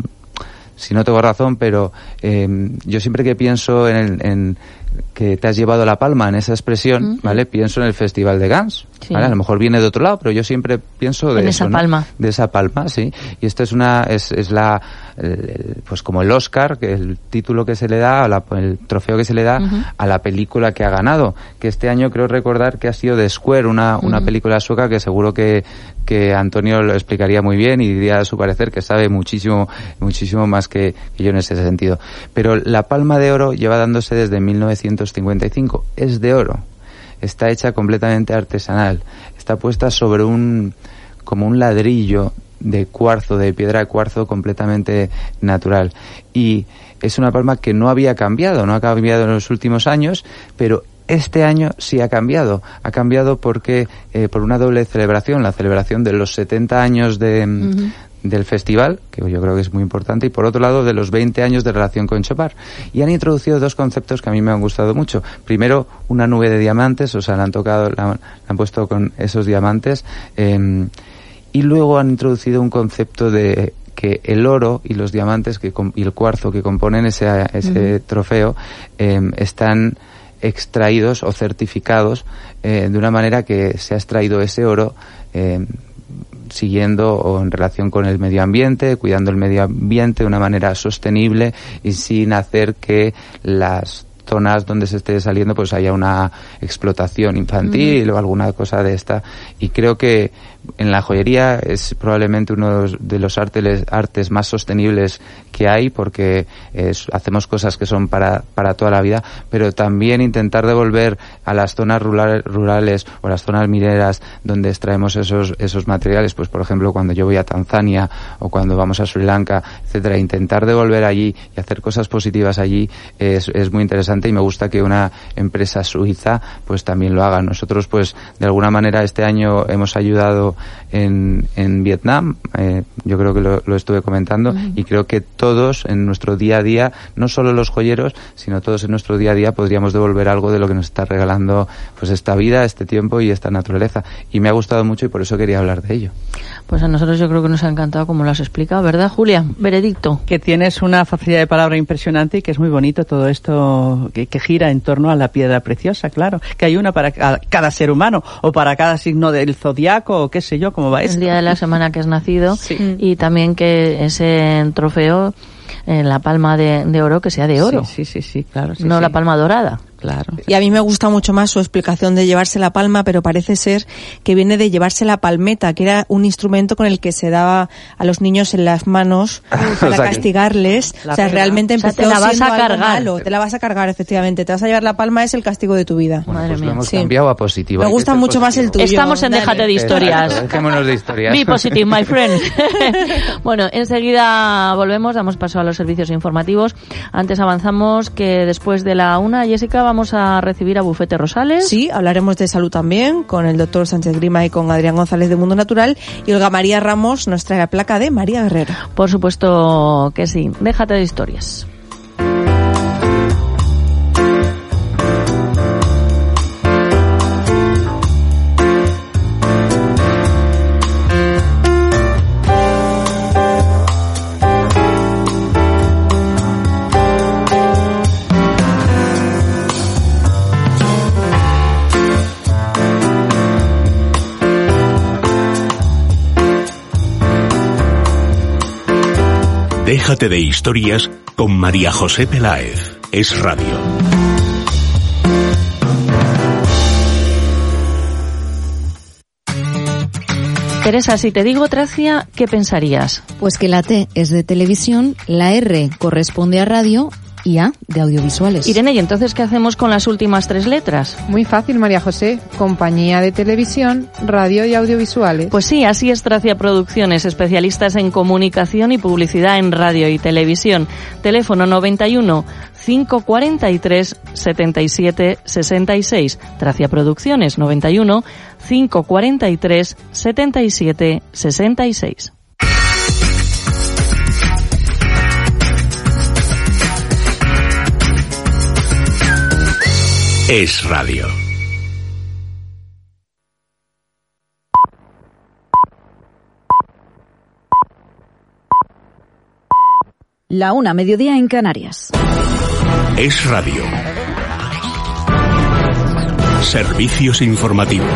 Speaker 7: si no tengo razón, pero eh, yo siempre que pienso en, el, en que te has llevado la palma en esa expresión, uh-huh. ¿vale? Pienso en el Festival de Cannes, sí. ¿vale? A lo mejor viene de otro lado, pero yo siempre pienso de
Speaker 3: en
Speaker 7: eso,
Speaker 3: esa
Speaker 7: ¿no?
Speaker 3: palma.
Speaker 7: De esa palma, sí. Y esto es una, es, es la, el, el, pues como el Oscar, que el título que se le da, a la, el trofeo que se le da uh-huh. a la película que ha ganado, que este año creo recordar que ha sido The Square, una, uh-huh. una película sueca que seguro que, que Antonio lo explicaría muy bien y diría a su parecer que sabe muchísimo, muchísimo más que, que yo en ese sentido. Pero la Palma de Oro lleva dándose desde mil novecientos cincuenta y cinco. Es de oro. Está hecha completamente artesanal. Está puesta sobre un, como un ladrillo de cuarzo, de piedra de cuarzo completamente natural. Y es una palma que no había cambiado, no ha cambiado en los últimos años, pero este año sí ha cambiado. Ha cambiado porque, eh, por una doble celebración, la celebración de los setenta años de, uh-huh. del festival, que yo creo que es muy importante, y por otro lado de los veinte años de relación con Chopard. Y han introducido dos conceptos que a mí me han gustado mucho. Primero, una nube de diamantes, o sea, la han tocado, la, la han puesto con esos diamantes, eh, y luego han introducido un concepto de que el oro y los diamantes que y el cuarzo que componen ese, ese uh-huh. trofeo eh, están extraídos o certificados eh, de una manera que se ha extraído ese oro eh, siguiendo o en relación con el medio ambiente, cuidando el medio ambiente de una manera sostenible y sin hacer que las zonas donde se esté saliendo pues haya una explotación infantil mm. o alguna cosa de esta. Y creo que en la joyería es probablemente uno de los artes, artes más sostenibles que hay, porque es, hacemos cosas que son para, para toda la vida, pero también intentar devolver a las zonas rurales, rurales o las zonas mineras donde extraemos esos, esos materiales, pues por ejemplo cuando yo voy a Tanzania o cuando vamos a Sri Lanka, etcétera, intentar devolver allí y hacer cosas positivas allí es, es muy interesante, y me gusta que una empresa suiza pues también lo haga. Nosotros pues de alguna manera este año hemos ayudado en, en Vietnam, eh, yo creo que lo, lo estuve comentando, uh-huh. y creo que todos en nuestro día a día, no solo los joyeros, sino todos en nuestro día a día podríamos devolver algo de lo que nos está regalando pues esta vida, este tiempo y esta naturaleza. Y me ha gustado mucho y por eso quería hablar de ello.
Speaker 3: Pues a nosotros yo creo que nos ha encantado como lo has explicado, ¿verdad, Julia? Veredicto.
Speaker 9: Que tienes una facilidad de palabra impresionante y que es muy bonito todo esto que, que gira en torno a la piedra preciosa, claro. Que hay una para cada ser humano o para cada signo del zodiaco o qué sé yo, cómo va esto.
Speaker 3: El día de la semana que has nacido, sí. Y también que ese trofeo en la palma de, de oro que sea de oro.
Speaker 9: Sí, sí, sí, sí claro. Sí,
Speaker 3: no
Speaker 9: sí.
Speaker 3: La palma dorada.
Speaker 9: Claro.
Speaker 8: Y a mí me gusta mucho más su explicación de llevarse la palma, pero parece ser que viene de llevarse la palmeta, que era un instrumento con el que se daba a los niños en las manos para o sea que,
Speaker 3: o
Speaker 8: castigarles.
Speaker 3: sea,
Speaker 8: pena. realmente
Speaker 3: o sea,
Speaker 8: empezó
Speaker 3: te la vas
Speaker 8: siendo
Speaker 3: a
Speaker 8: algo
Speaker 3: cargar.
Speaker 8: malo. Te la vas a cargar, efectivamente. Te vas a llevar la palma, es el castigo de tu vida.
Speaker 7: Bueno,
Speaker 3: Madre
Speaker 7: pues
Speaker 3: mía.
Speaker 7: lo hemos
Speaker 8: Sí.
Speaker 7: cambiado a positivo.
Speaker 8: Me gusta mucho positivo. más el tuyo.
Speaker 3: Estamos en
Speaker 8: Dale.
Speaker 3: Déjate de historias.
Speaker 7: Dejémonos de historias.
Speaker 3: Be positive, my friend. Bueno, enseguida volvemos, damos paso a los servicios informativos. Antes avanzamos que después de la una, Jessica, vamos a recibir a Bufete Rosales.
Speaker 8: Sí, hablaremos de salud también con el doctor Sánchez Grima y con Adrián González de Mundo Natural, y Olga María Ramos nos trae la placa de María Guerrero.
Speaker 3: Por supuesto que sí. Déjate de historias.
Speaker 1: Déjate de historias con María José Peláez. Es Radio.
Speaker 3: Teresa, si te digo Tracia, ¿qué pensarías?
Speaker 5: Pues que la T es de televisión, la R corresponde a radio y A de audiovisuales.
Speaker 3: Irene, ¿y entonces qué hacemos con las últimas tres letras?
Speaker 6: Muy fácil, María José. Compañía de televisión, radio y audiovisuales.
Speaker 3: Pues sí, así es Tracia Producciones, especialistas en comunicación y publicidad en radio y televisión. Teléfono noventa y uno, cinco cuarenta y tres, setenta y siete sesenta y seis. Tracia Producciones, noventa y uno, cinco cuarenta y tres, setenta y siete sesenta y seis.
Speaker 1: Es radio.
Speaker 19: La una, mediodía en Canarias.
Speaker 1: Es radio. Servicios informativos.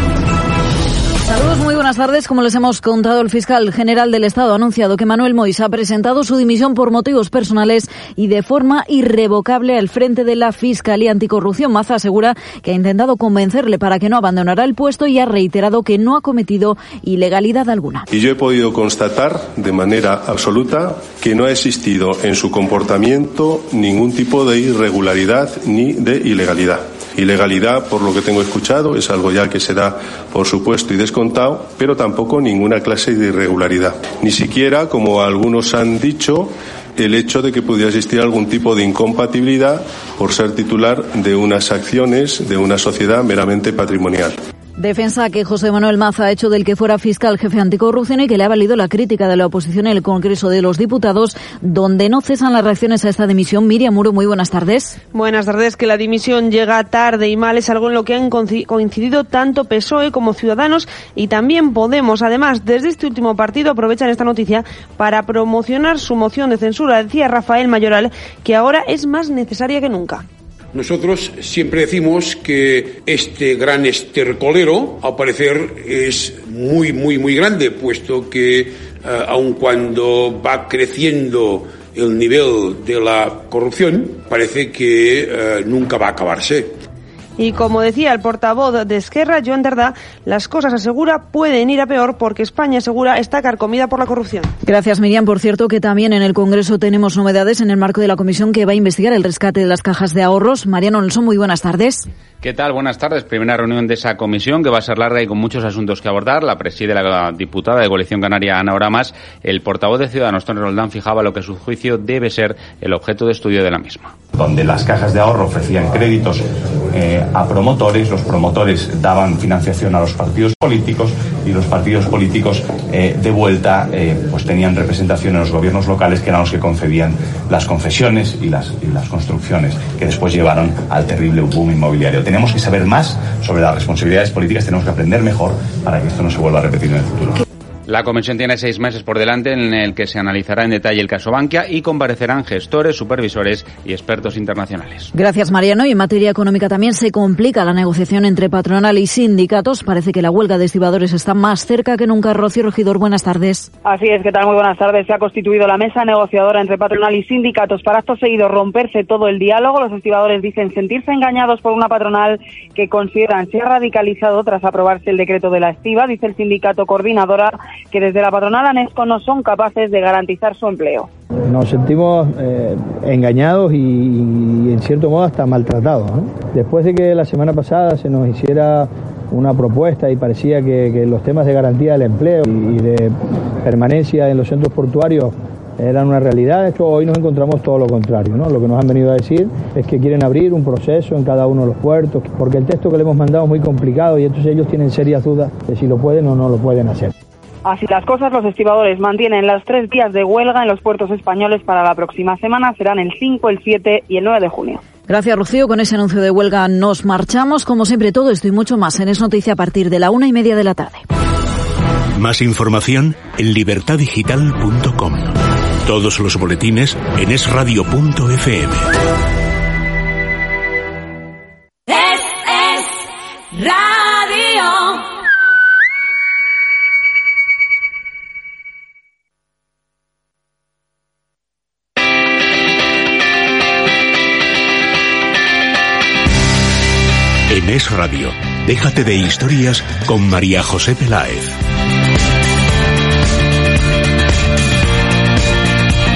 Speaker 19: Saludos, muy buenas tardes. Como les hemos contado, el fiscal general del Estado ha anunciado que Manuel Mois ha presentado su dimisión por motivos personales y de forma irrevocable al frente de la Fiscalía Anticorrupción. Maza asegura que ha intentado convencerle para que no abandonara el puesto y ha reiterado que no ha cometido ilegalidad alguna.
Speaker 20: Y yo he podido constatar de manera absoluta que no ha existido en su comportamiento ningún tipo de irregularidad ni de ilegalidad. Ilegalidad, por lo que tengo escuchado, es algo ya que se da por supuesto y descontado, pero tampoco ninguna clase de irregularidad. Ni siquiera, como algunos han dicho, el hecho de que pudiera existir algún tipo de incompatibilidad por ser titular de unas acciones de una sociedad meramente patrimonial.
Speaker 19: Defensa que José Manuel Maza ha hecho del que fuera fiscal jefe anticorrupción y que le ha valido la crítica de la oposición en el Congreso de los Diputados, donde no cesan las reacciones a esta dimisión. Miriam Muro, muy buenas tardes.
Speaker 21: Buenas tardes. Que la dimisión llega tarde y mal es algo en lo que han coincidido tanto P S O E como Ciudadanos y también Podemos. Además, desde este último partido aprovechan esta noticia para promocionar su moción de censura. Decía Rafael Mayoral que ahora es más necesaria que nunca.
Speaker 22: Nosotros siempre decimos que este gran estercolero, al parecer, es muy, muy, muy grande, puesto que, eh, aun cuando va creciendo el nivel de la corrupción, parece que eh, nunca va a acabarse.
Speaker 21: Y como decía el portavoz de Esquerra, Joan Tardá, las cosas, asegura, pueden ir a peor porque España, asegura, está carcomida por la corrupción.
Speaker 19: Gracias, Miriam. Por cierto, que también en el Congreso tenemos novedades en el marco de la comisión que va a investigar el rescate de las cajas de ahorros. Mariano Nelson, muy buenas tardes.
Speaker 7: ¿Qué tal? Buenas tardes. Primera reunión de esa comisión que va a ser larga y con muchos asuntos que abordar. La preside la diputada de Coalición Canaria, Ana Oramas. El portavoz de Ciudadanos, Tony Roldán, fijaba lo que a su juicio debe ser el objeto de estudio de la misma.
Speaker 23: Donde las cajas de ahorro ofrecían créditos eh, a promotores, los promotores daban financiación a los partidos políticos y los partidos políticos eh, de vuelta eh, pues tenían representación en los gobiernos locales, que eran los que concedían las concesiones y las, y las construcciones que después llevaron al terrible boom inmobiliario. Tenemos que saber más sobre las responsabilidades políticas, tenemos que aprender mejor para que esto no se vuelva a repetir en el futuro.
Speaker 7: La comisión tiene seis meses por delante en el que se analizará en detalle el caso Bankia y comparecerán gestores, supervisores y expertos internacionales.
Speaker 19: Gracias, Mariano. Y en materia económica también se complica la negociación entre patronal y sindicatos. Parece que la huelga de estibadores está más cerca que nunca. Rocío Regidor, buenas tardes.
Speaker 24: Así es, ¿qué tal? Muy buenas tardes. Se ha constituido la mesa negociadora entre patronal y sindicatos para acto seguido romperse todo el diálogo. Los estibadores dicen sentirse engañados por una patronal que consideran se ha radicalizado tras aprobarse el decreto de la estiba. Dice el sindicato Coordinadora que desde la patronal ANESCO no son capaces de garantizar su empleo.
Speaker 25: Nos sentimos eh, engañados y, y en cierto modo hasta maltratados, ¿no? Después de que la semana pasada se nos hiciera una propuesta y parecía que, que los temas de garantía del empleo y, y de permanencia en los centros portuarios eran una realidad, esto hoy nos encontramos todo lo contrario, ¿no? Lo que nos han venido a decir es que quieren abrir un proceso en cada uno de los puertos, porque el texto que le hemos mandado es muy complicado y entonces ellos tienen serias dudas de si lo pueden o no lo pueden hacer.
Speaker 24: Así las cosas, los estibadores mantienen los tres días de huelga en los puertos españoles para la próxima semana. Serán el cinco, el siete y el nueve de junio.
Speaker 19: Gracias, Rocío. Con ese anuncio de huelga nos marchamos. Como siempre, todo esto y mucho más en Es Noticia a partir de la una y media de la tarde.
Speaker 1: Más información en libertad digital punto com. Todos los boletines en es radio punto efe eme.
Speaker 18: Es, es radio.
Speaker 1: En Es Radio, déjate de historias con María José Peláez.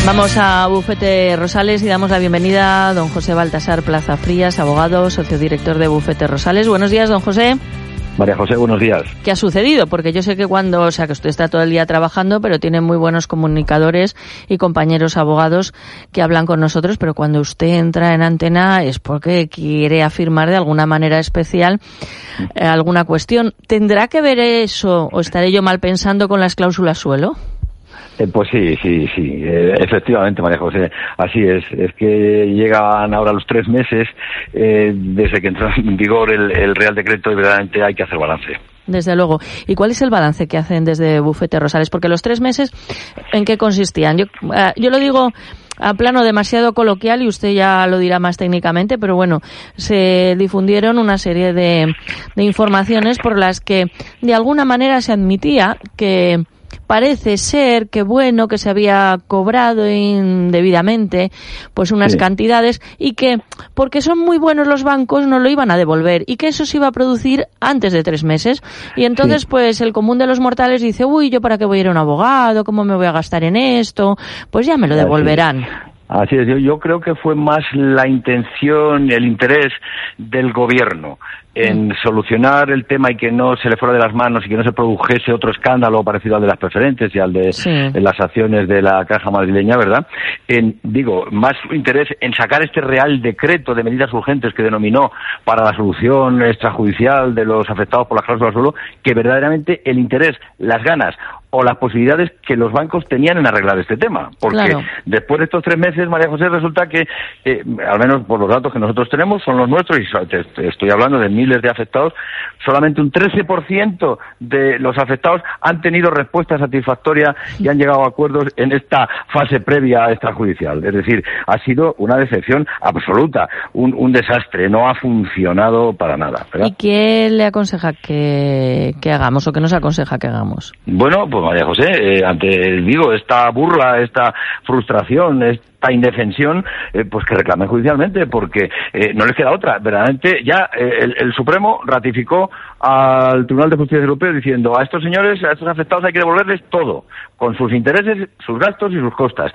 Speaker 3: Vamos a Bufete Rosales y damos la bienvenida a don José Baltasar Plaza Frías, abogado, sociodirector de Bufete Rosales. Buenos días, don José.
Speaker 2: María José, buenos días.
Speaker 3: ¿Qué ha sucedido? Porque yo sé que cuando, o sea, que usted está todo el día trabajando, pero tiene muy buenos comunicadores y compañeros abogados que hablan con nosotros, pero cuando usted entra en antena es porque quiere afirmar de alguna manera especial eh, alguna cuestión. ¿Tendrá que ver eso, o estaré yo mal pensando, con las cláusulas suelo?
Speaker 2: Eh, pues sí, sí, sí, eh, efectivamente, María José, así es. Es que llegan ahora los tres meses eh, desde que entró en vigor el, el Real Decreto y verdaderamente hay que hacer balance.
Speaker 3: Desde luego. ¿Y cuál es el balance que hacen desde Bufete Rosales? Porque los tres meses, ¿en qué consistían? Yo, uh, yo lo digo a plano demasiado coloquial y usted ya lo dirá más técnicamente, pero bueno, se difundieron una serie de, de informaciones por las que de alguna manera se admitía que parece ser que bueno, que se había cobrado indebidamente pues unas sí. cantidades y que porque son muy buenos los bancos no lo iban a devolver y que eso se iba a producir antes de tres meses y entonces sí. pues el común de los mortales dice, uy, yo para qué voy a ir a un abogado, cómo me voy a gastar en esto, pues ya me lo devolverán.
Speaker 2: Así es, yo, yo creo que fue más la intención, el interés del gobierno en solucionar el tema y que no se le fuera de las manos y que no se produjese otro escándalo parecido al de las preferentes y al de sí. las acciones de la Caja Madrileña, ¿verdad? En, digo, más interés en sacar este Real Decreto de medidas urgentes que denominó para la solución extrajudicial de los afectados por las cláusulas suelo, que verdaderamente el interés, las ganas o las posibilidades que los bancos tenían en arreglar este tema. Porque claro. después de estos tres meses, María José, resulta que, eh, al menos por los datos que nosotros tenemos, son los nuestros, y te, te estoy hablando de miles de afectados, solamente un trece por ciento de los afectados han tenido respuesta satisfactoria y han llegado a acuerdos en esta fase previa extrajudicial. Es decir, ha sido una decepción absoluta, un, un desastre, no ha funcionado para nada, ¿verdad?
Speaker 3: ¿Y qué le aconseja que, que hagamos o qué nos aconseja que hagamos?
Speaker 2: Bueno, pues María José, eh, ante, digo, esta burla, esta frustración, esta indefensión, eh, pues que reclamen judicialmente, porque eh, no les queda otra. Verdaderamente, ya eh, el, el Supremo ratificó al Tribunal de Justicia Europeo diciendo a estos señores, a estos afectados hay que devolverles todo, con sus intereses, sus gastos y sus costas.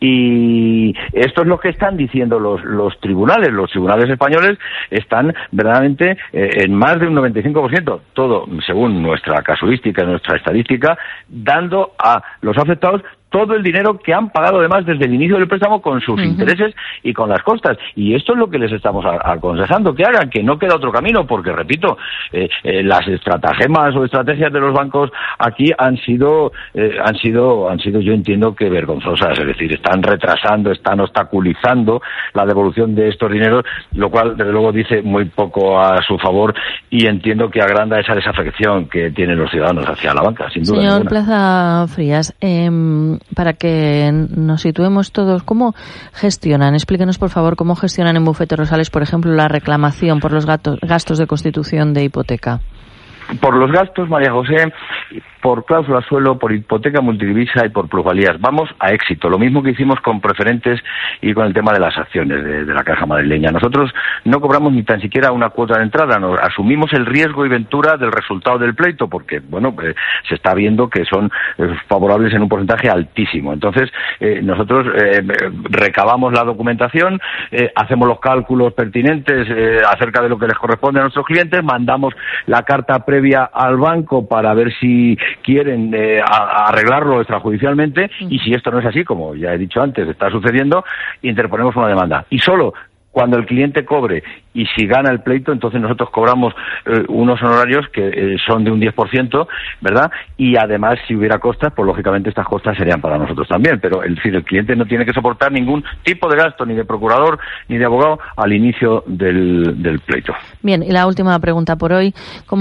Speaker 2: Y esto es lo que están diciendo los, los tribunales. Los tribunales españoles están verdaderamente eh, en más de un noventa y cinco por ciento, todo según nuestra casuística, nuestra estadística, dando a los afectados todo el dinero que han pagado además desde el inicio del préstamo con sus uh-huh. intereses y con las costas. Y esto es lo que les estamos a- aconsejando que hagan, que no queda otro camino, porque repito, eh, eh, las estratagemas o estrategias de los bancos aquí han sido, eh, han sido, han sido, yo entiendo que vergonzosas. Es decir, están retrasando, están obstaculizando la devolución de estos dineros, lo cual desde luego dice muy poco a su favor y entiendo que agranda esa desafección que tienen los ciudadanos hacia la banca, sin duda
Speaker 3: Señor
Speaker 2: ninguna.
Speaker 3: Plaza Frías, eh, para que nos situemos todos, ¿cómo gestionan? Explíquenos, por favor, cómo gestionan en Bufete Rosales, por ejemplo, la reclamación por los gatos, gastos de constitución de hipoteca.
Speaker 2: Por los gastos, María José, por cláusula suelo, por hipoteca multidivisa y por plusvalías. Vamos a éxito. Lo mismo que hicimos con preferentes y con el tema de las acciones de, de la Caja Madrileña. Nosotros no cobramos ni tan siquiera una cuota de entrada. Nos asumimos el riesgo y ventura del resultado del pleito porque, bueno, eh, se está viendo que son eh, favorables en un porcentaje altísimo. Entonces, eh, nosotros eh, recabamos la documentación, eh, hacemos los cálculos pertinentes eh, acerca de lo que les corresponde a nuestros clientes, mandamos la carta previa al banco para ver si quieren eh, a, a arreglarlo extrajudicialmente y si esto no es así, como ya he dicho antes, está sucediendo, interponemos una demanda. Y solo cuando el cliente cobre y si gana el pleito, entonces nosotros cobramos eh, unos honorarios que eh, son de un diez por ciento, ¿verdad? Y además, si hubiera costas, pues lógicamente estas costas serían para nosotros también. Pero es decir, el cliente no tiene que soportar ningún tipo de gasto, ni de procurador, ni de abogado, al inicio del, del pleito.
Speaker 3: Bien, y la última pregunta por hoy.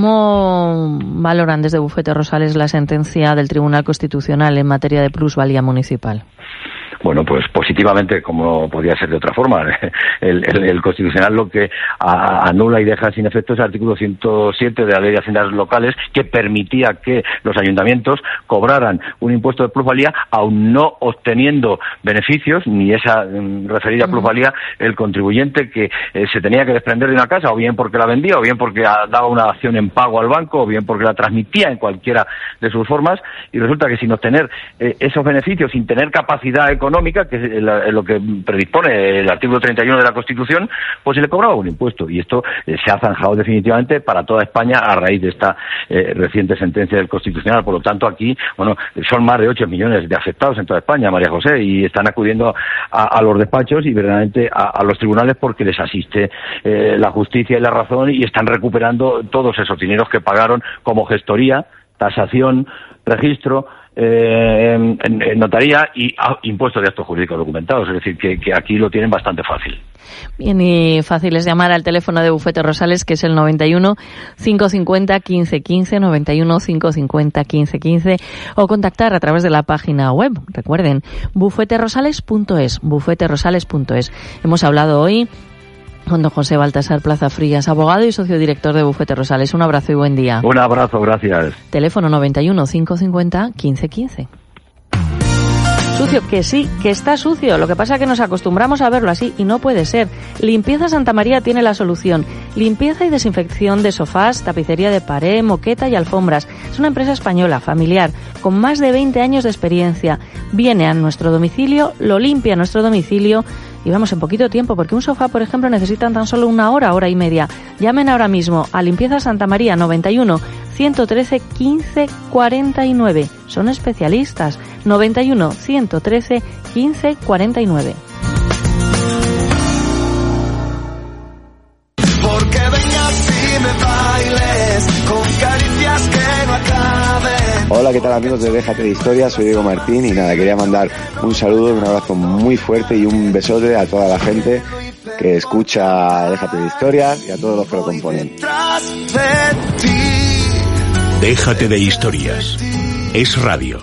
Speaker 3: ¿Cómo valoran desde Bufete Rosales la sentencia del Tribunal Constitucional en materia de plusvalía municipal?
Speaker 2: Bueno, pues positivamente, como podía ser de otra forma. El, el, el Constitucional lo que a, anula y deja sin efecto es el artículo ciento siete de la Ley de Haciendas Locales, que permitía que los ayuntamientos cobraran un impuesto de plusvalía, aun no obteniendo beneficios, ni esa mm, referida plusvalía, el contribuyente que eh, se tenía que desprender de una casa, o bien porque la vendía, o bien porque daba una acción en pago al banco, o bien porque la transmitía en cualquiera de sus formas, y resulta que sin obtener eh, esos beneficios, sin tener capacidad económica, autonómica, que es la, lo que predispone el artículo treinta y uno de la Constitución, pues se le cobraba un impuesto. Y esto eh, se ha zanjado definitivamente para toda España a raíz de esta eh, reciente sentencia del Constitucional. Por lo tanto, aquí, bueno, son más de ocho millones de afectados en toda España, María José, y están acudiendo a, a los despachos y verdaderamente a, a los tribunales porque les asiste eh, la justicia y la razón, y están recuperando todos esos dineros que pagaron como gestoría, tasación, registro, eh, en, en notaría y a, impuesto de actos jurídicos documentados. Es decir, que, que aquí lo tienen bastante fácil.
Speaker 3: Bien, y fácil es llamar al teléfono de Bufete Rosales, que es el noventa y uno, cinco cincuenta, quince quince, noventa y uno, cinco cincuenta, quince quince, o contactar a través de la página web. Recuerden, bufete rosales punto es, bufete rosales punto es. Hemos hablado hoy con don José Baltasar Plaza Frías, abogado y socio director de Bufete Rosales. Un abrazo y buen día.
Speaker 2: Un abrazo, gracias.
Speaker 3: Teléfono noventa y uno, cinco cincuenta, quince quince. Sucio, que sí, que está sucio. Lo que pasa es que nos acostumbramos a verlo así y no puede ser. Limpieza Santa María tiene la solución. Limpieza y desinfección de sofás, tapicería de pared, moqueta y alfombras. Es una empresa española, familiar, con más de veinte años de experiencia. Viene a nuestro domicilio, lo limpia a nuestro domicilio y vamos en poquito tiempo, porque un sofá, por ejemplo, necesitan tan solo una hora, hora y media. Llamen ahora mismo a Limpieza Santa María noventa y uno, ciento trece, quince cuarenta y nueve. Son especialistas. noventa y uno, ciento trece, quince cuarenta y nueve.
Speaker 4: Porque vengas y me bailes con caricias que no acaben.
Speaker 10: Hola, ¿qué tal amigos de Déjate de Historias? Soy Diego Martín y nada, quería mandar un saludo, un abrazo muy fuerte y un besote a toda la gente que escucha Déjate de Historias y a todos los que lo componen.
Speaker 1: Déjate de Historias. Es radio.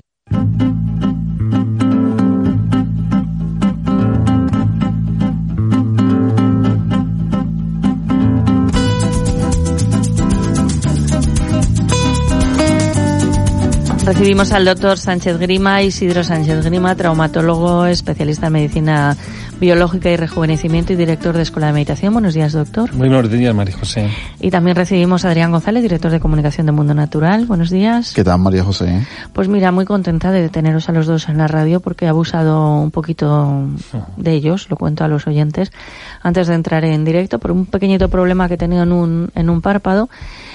Speaker 3: Recibimos al doctor Sánchez Grima, Isidro Sánchez Grima, traumatólogo, especialista en medicina biológica y rejuvenecimiento y director de Escuela de Meditación. Buenos días, doctor.
Speaker 11: Muy buenos días, María José.
Speaker 3: Y también recibimos a Adrián González, director de comunicación de Mundo Natural. Buenos días.
Speaker 12: ¿Qué tal, María José?
Speaker 3: Pues mira, muy contenta de teneros a los dos en la radio porque he abusado un poquito de ellos, lo cuento a los oyentes, antes de entrar en directo por un pequeñito problema que he tenido en un, en un párpado.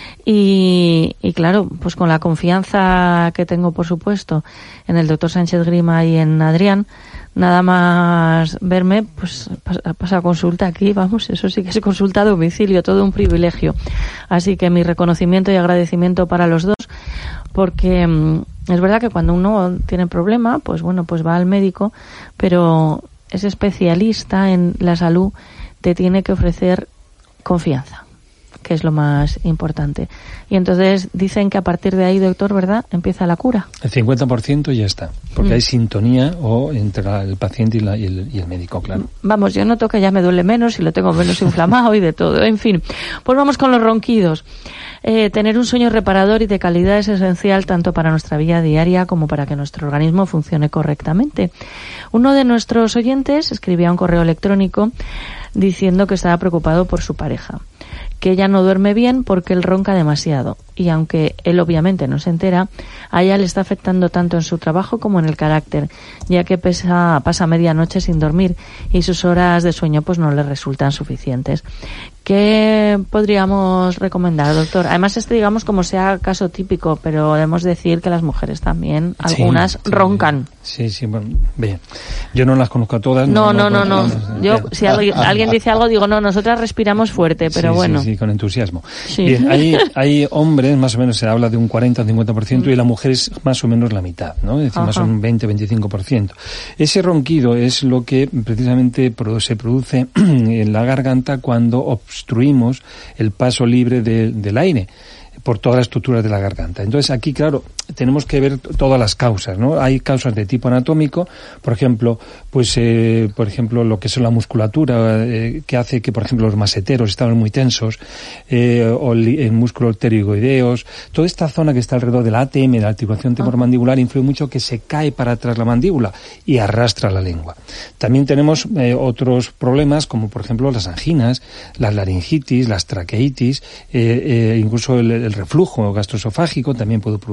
Speaker 3: Y, y claro, pues con la confianza que tengo, por supuesto, en el doctor Sánchez Grima y en Adrián, nada más verme, pues pasa consulta aquí, vamos, eso sí que es consulta a domicilio, todo un privilegio. Así que mi reconocimiento y agradecimiento para los dos, porque mmm, es verdad que cuando uno tiene problema, pues bueno, pues va al médico, pero ese especialista en la salud te tiene que ofrecer confianza, que es lo más importante. Y entonces dicen que a partir de ahí, doctor, ¿verdad?, empieza la cura.
Speaker 11: El cincuenta por ciento ya está, porque mm. hay sintonía o entre el paciente y, la, y, el, y el médico, claro.
Speaker 3: Vamos, yo noto que ya me duele menos y lo tengo menos inflamado y de todo. En fin, pues vamos con los ronquidos. Eh, tener un sueño reparador y de calidad es esencial tanto para nuestra vida diaria como para que nuestro organismo funcione correctamente. Uno de nuestros oyentes escribía un correo electrónico diciendo que estaba preocupado por su pareja, que ella no duerme bien porque él ronca demasiado y aunque él obviamente no se entera, a ella le está afectando tanto en su trabajo como en el carácter, ya que pesa, pasa medianoche sin dormir y sus horas de sueño pues no le resultan suficientes. ¿Qué podríamos recomendar, doctor? Además, este digamos como sea caso típico, pero debemos decir que las mujeres también, algunas
Speaker 11: sí,
Speaker 3: roncan.
Speaker 11: Sí, sí, bueno, bien. Yo no las conozco a todas.
Speaker 3: No, no, no, no.
Speaker 11: no.
Speaker 3: Yo, si alguien, alguien dice algo, digo, no, nosotras respiramos fuerte, pero
Speaker 11: sí,
Speaker 3: bueno.
Speaker 11: Sí, sí, con entusiasmo.
Speaker 3: Sí.
Speaker 11: Bien, hay, hay hombres, más o menos se habla de un cuarenta o cincuenta por ciento, mm. y la mujer es más o menos la mitad, ¿no? Es decir, Ajá. más o menos un veinte o veinticinco por ciento. Ese ronquido es lo que precisamente se produce en la garganta cuando obstruimos el paso libre de, del aire por todas las estructuras de la garganta. Entonces aquí, claro, tenemos que ver todas las causas, ¿no? Hay causas de tipo anatómico, por ejemplo, pues, eh, por ejemplo, lo que es la musculatura, eh, que hace que, por ejemplo, los maseteros estaban muy tensos, eh, o el, el músculo pterigoideos, toda esta zona que está alrededor del A T M, de la articulación temporomandibular, influye mucho que se cae para atrás la mandíbula y arrastra la lengua. También tenemos eh, otros problemas, como por ejemplo las anginas, las laringitis, las traqueitis, eh, eh, incluso el, el reflujo gastroesofágico también puede producirlo,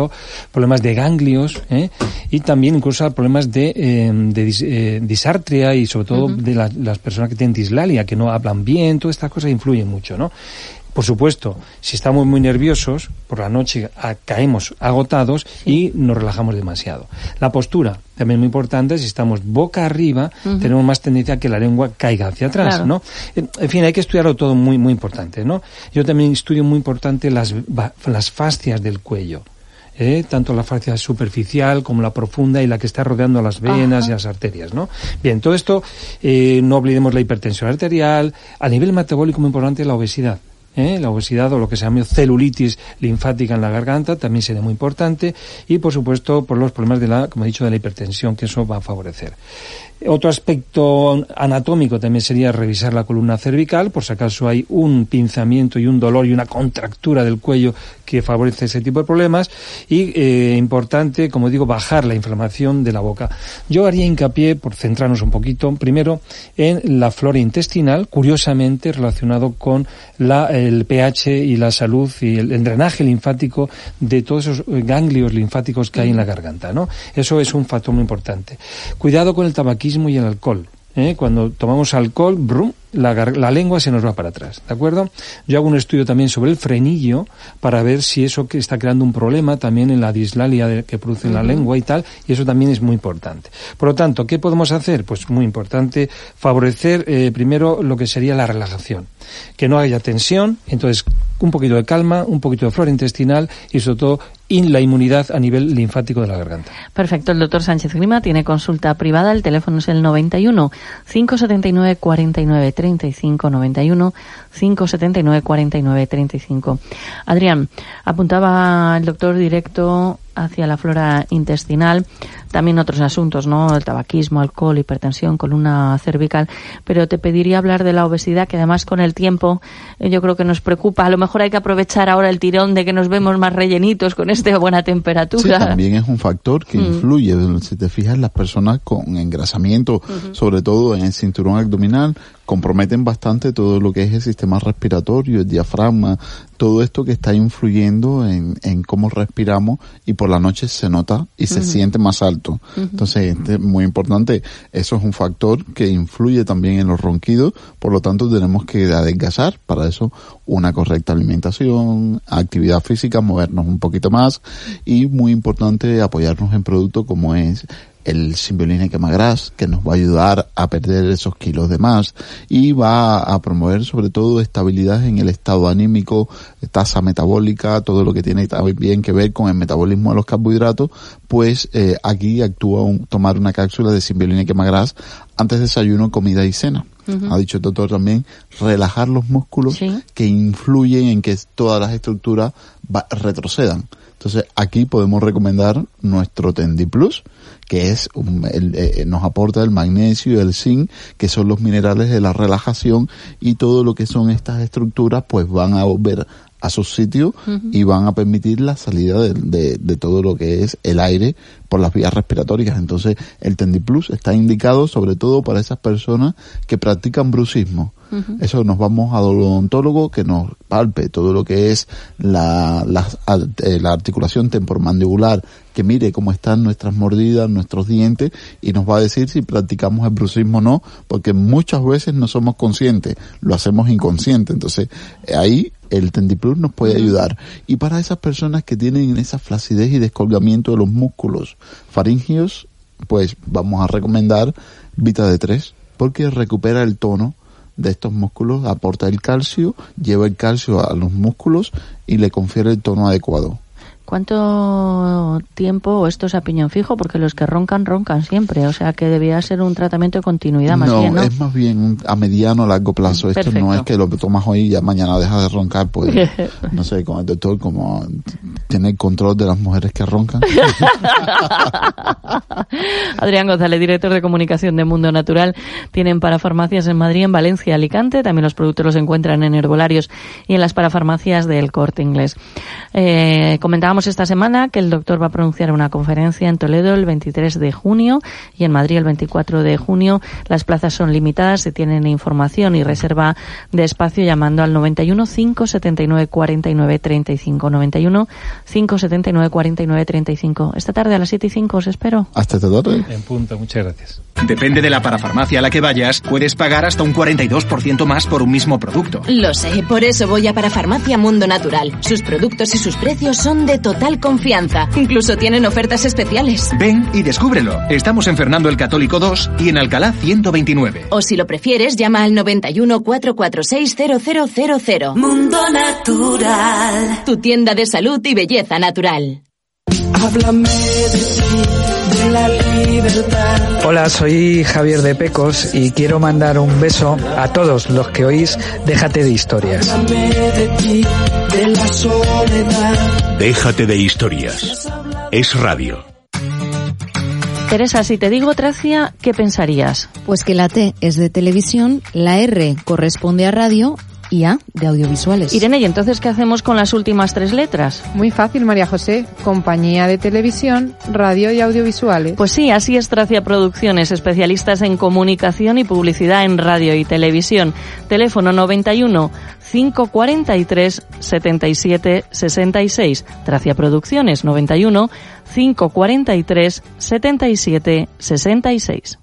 Speaker 11: cerebro, problemas de ganglios, ¿eh? y también incluso problemas de, eh, de dis, eh, disartria y sobre todo uh-huh. de la, las personas que tienen dislalia, que no hablan bien, todas estas cosas influyen mucho, ¿no? Por supuesto, si estamos muy nerviosos, por la noche a, caemos agotados sí. y nos relajamos demasiado. La postura, también muy importante, si estamos boca arriba, uh-huh. tenemos más tendencia a que la lengua caiga hacia atrás, claro. ¿no? En, en fin, hay que estudiarlo todo muy, muy importante, ¿no? Yo también estudio muy importante las, las fascias del cuello. ¿Eh? Tanto la fascia superficial como la profunda y la que está rodeando las venas Ajá. y las arterias, ¿no? Bien, todo esto, eh, no olvidemos la hipertensión arterial, a nivel metabólico muy importante la obesidad. ¿Eh? La obesidad o lo que se llama celulitis linfática en la garganta también sería muy importante y por supuesto por los problemas de la, como he dicho, de la hipertensión, que eso va a favorecer. Otro aspecto anatómico también sería revisar la columna cervical, por si acaso hay un pinzamiento y un dolor y una contractura del cuello que favorece ese tipo de problemas. Y eh, importante, como digo, bajar la inflamación de la boca. Yo haría hincapié, por centrarnos un poquito, primero en la flora intestinal, curiosamente relacionado con la, el pH y la salud y el, el drenaje linfático de todos esos ganglios linfáticos que hay en la garganta, ¿no? Eso es un factor muy importante. Cuidado con el tabaquismo y el alcohol. ¿Eh? Cuando tomamos alcohol, brum, la, la lengua se nos va para atrás, ¿de acuerdo? Yo hago un estudio también sobre el frenillo para ver si eso que está creando un problema también en la dislalia de, que produce en la uh-huh. lengua y tal, y eso también es muy importante. Por lo tanto, ¿qué podemos hacer? Pues muy importante favorecer eh, primero lo que sería la relajación, que no haya tensión, entonces un poquito de calma, un poquito de flora intestinal y sobre todo en la inmunidad a nivel linfático de la garganta.
Speaker 3: Perfecto, el doctor Sánchez Grima tiene consulta privada, el teléfono es el noventa y uno, cinco setenta y nueve, cuarenta y nueve, treinta y cinco, noventa y uno, cinco setenta y nueve, cuarenta y nueve, treinta y cinco. Adrián, apuntaba el doctor directo hacia la flora intestinal, también otros asuntos, ¿no? El tabaquismo, alcohol, hipertensión, columna cervical, pero te pediría hablar de la obesidad, que además con el tiempo eh, yo creo que nos preocupa. A lo mejor hay que aprovechar ahora el tirón de que nos vemos más rellenitos con esta buena temperatura.
Speaker 12: Sí, también es un factor que mm. influye. Si te fijas, las personas con engrasamiento, uh-huh. sobre todo en el cinturón abdominal, comprometen bastante todo lo que es el sistema respiratorio, el diafragma, todo esto que está influyendo en, en cómo respiramos y por la noche se nota y se uh-huh. siente más alto. Uh-huh. Entonces, este es muy importante. Eso es un factor que influye también en los ronquidos, por lo tanto tenemos que adelgazar. Para eso, una correcta alimentación, actividad física, movernos un poquito más y muy importante apoyarnos en productos como es el Symbiolina Quemagras, que nos va a ayudar a perder esos kilos de más y va a promover sobre todo estabilidad en el estado anímico, tasa metabólica, todo lo que tiene también que ver con el metabolismo de los carbohidratos, pues eh, aquí actúa un, tomar una cápsula de Symbiolina Quemagras antes de desayuno, comida y cena. Uh-huh. Ha dicho el doctor también, relajar los músculos ¿Sí? que influyen en que todas las estructuras va, retrocedan. Entonces aquí podemos recomendar nuestro TendiPlus, que es un, el, eh, nos aporta el magnesio y el zinc, que son los minerales de la relajación, y todo lo que son estas estructuras pues van a volver a su sitio uh-huh. y van a permitir la salida de, de, de todo lo que es el aire por las vías respiratorias. Entonces el TendiPlus está indicado sobre todo para esas personas que practican bruxismo. Uh-huh. Eso nos vamos al odontólogo que nos palpe todo lo que es la, la, la articulación temporomandibular, que mire cómo están nuestras mordidas, nuestros dientes, y nos va a decir si practicamos el bruxismo o no, porque muchas veces no somos conscientes, lo hacemos inconsciente. Entonces ahí el TendiPlus nos puede ayudar. Y para esas personas que tienen esa flacidez y descolgamiento de los músculos faringios, pues vamos a recomendar Vita D tres, porque recupera el tono de estos músculos, aporta el calcio, lleva el calcio a los músculos y le confiere el tono adecuado.
Speaker 3: ¿Cuánto tiempo esto es a piñón fijo? Porque los que roncan, roncan siempre. O sea, que debía ser un tratamiento de continuidad más
Speaker 12: no,
Speaker 3: bien, ¿no?
Speaker 12: es más bien un, a mediano o largo plazo. Esto
Speaker 3: Perfecto.
Speaker 12: no es que lo tomas hoy y ya mañana dejas de roncar. Pues, no sé, con el doctor, como tiene el control de las mujeres que roncan.
Speaker 3: Adrián González, director de comunicación de Mundo Natural. Tienen parafarmacias en Madrid, en Valencia, Alicante. También los productos los encuentran en herbolarios y en las parafarmacias del Corte Inglés. Eh, comentábamos recordamos esta semana que el doctor va a pronunciar una conferencia en Toledo el veintitrés de junio y en Madrid el veinticuatro de junio. Las plazas son limitadas, se tienen información y reserva de espacio llamando al noventa y uno, cinco setenta y nueve, cuarenta y nueve, treinta y cinco. noventa y uno, cinco setenta y nueve, cuarenta y nueve, treinta y cinco. Esta tarde a las siete y cinco os espero.
Speaker 12: Hasta esta tarde.
Speaker 11: En punto, muchas gracias.
Speaker 13: Depende de la parafarmacia a la que vayas, puedes pagar hasta un cuarenta y dos por ciento más por un mismo producto.
Speaker 14: Lo sé, por eso voy a Parafarmacia Mundo Natural. Sus productos y sus precios son de total confianza. Incluso tienen ofertas especiales.
Speaker 13: Ven y descúbrelo. Estamos en Fernando el Católico dos y en Alcalá ciento veintinueve.
Speaker 14: O si lo prefieres, llama al noventa y uno, cuatrocientos cuarenta y seis, cero cero cero cero.
Speaker 18: Mundo Natural.
Speaker 14: Tu tienda de salud y belleza natural.
Speaker 18: Háblame de ti, de la libertad.
Speaker 15: Hola, soy Javier de Pecos y quiero mandar un beso a todos los que oís Déjate de Historias.
Speaker 18: Háblame de ti, de la soledad.
Speaker 1: Déjate de Historias. Es radio.
Speaker 3: Teresa, si te digo Tracia, ¿qué pensarías?
Speaker 5: Pues que la T es de televisión, la R corresponde a radio y A de audiovisuales.
Speaker 3: Irene, ¿y entonces qué hacemos con las últimas tres letras?
Speaker 6: Muy fácil, María José. Compañía de televisión, radio y audiovisuales.
Speaker 3: Pues sí, así es Tracia Producciones, especialistas en comunicación y publicidad en radio y televisión. Teléfono noventa y uno, cinco cuarenta y tres, setenta y siete, sesenta y seis. Tracia Producciones, noventa y uno, cinco cuarenta y tres, setenta y siete, sesenta y seis.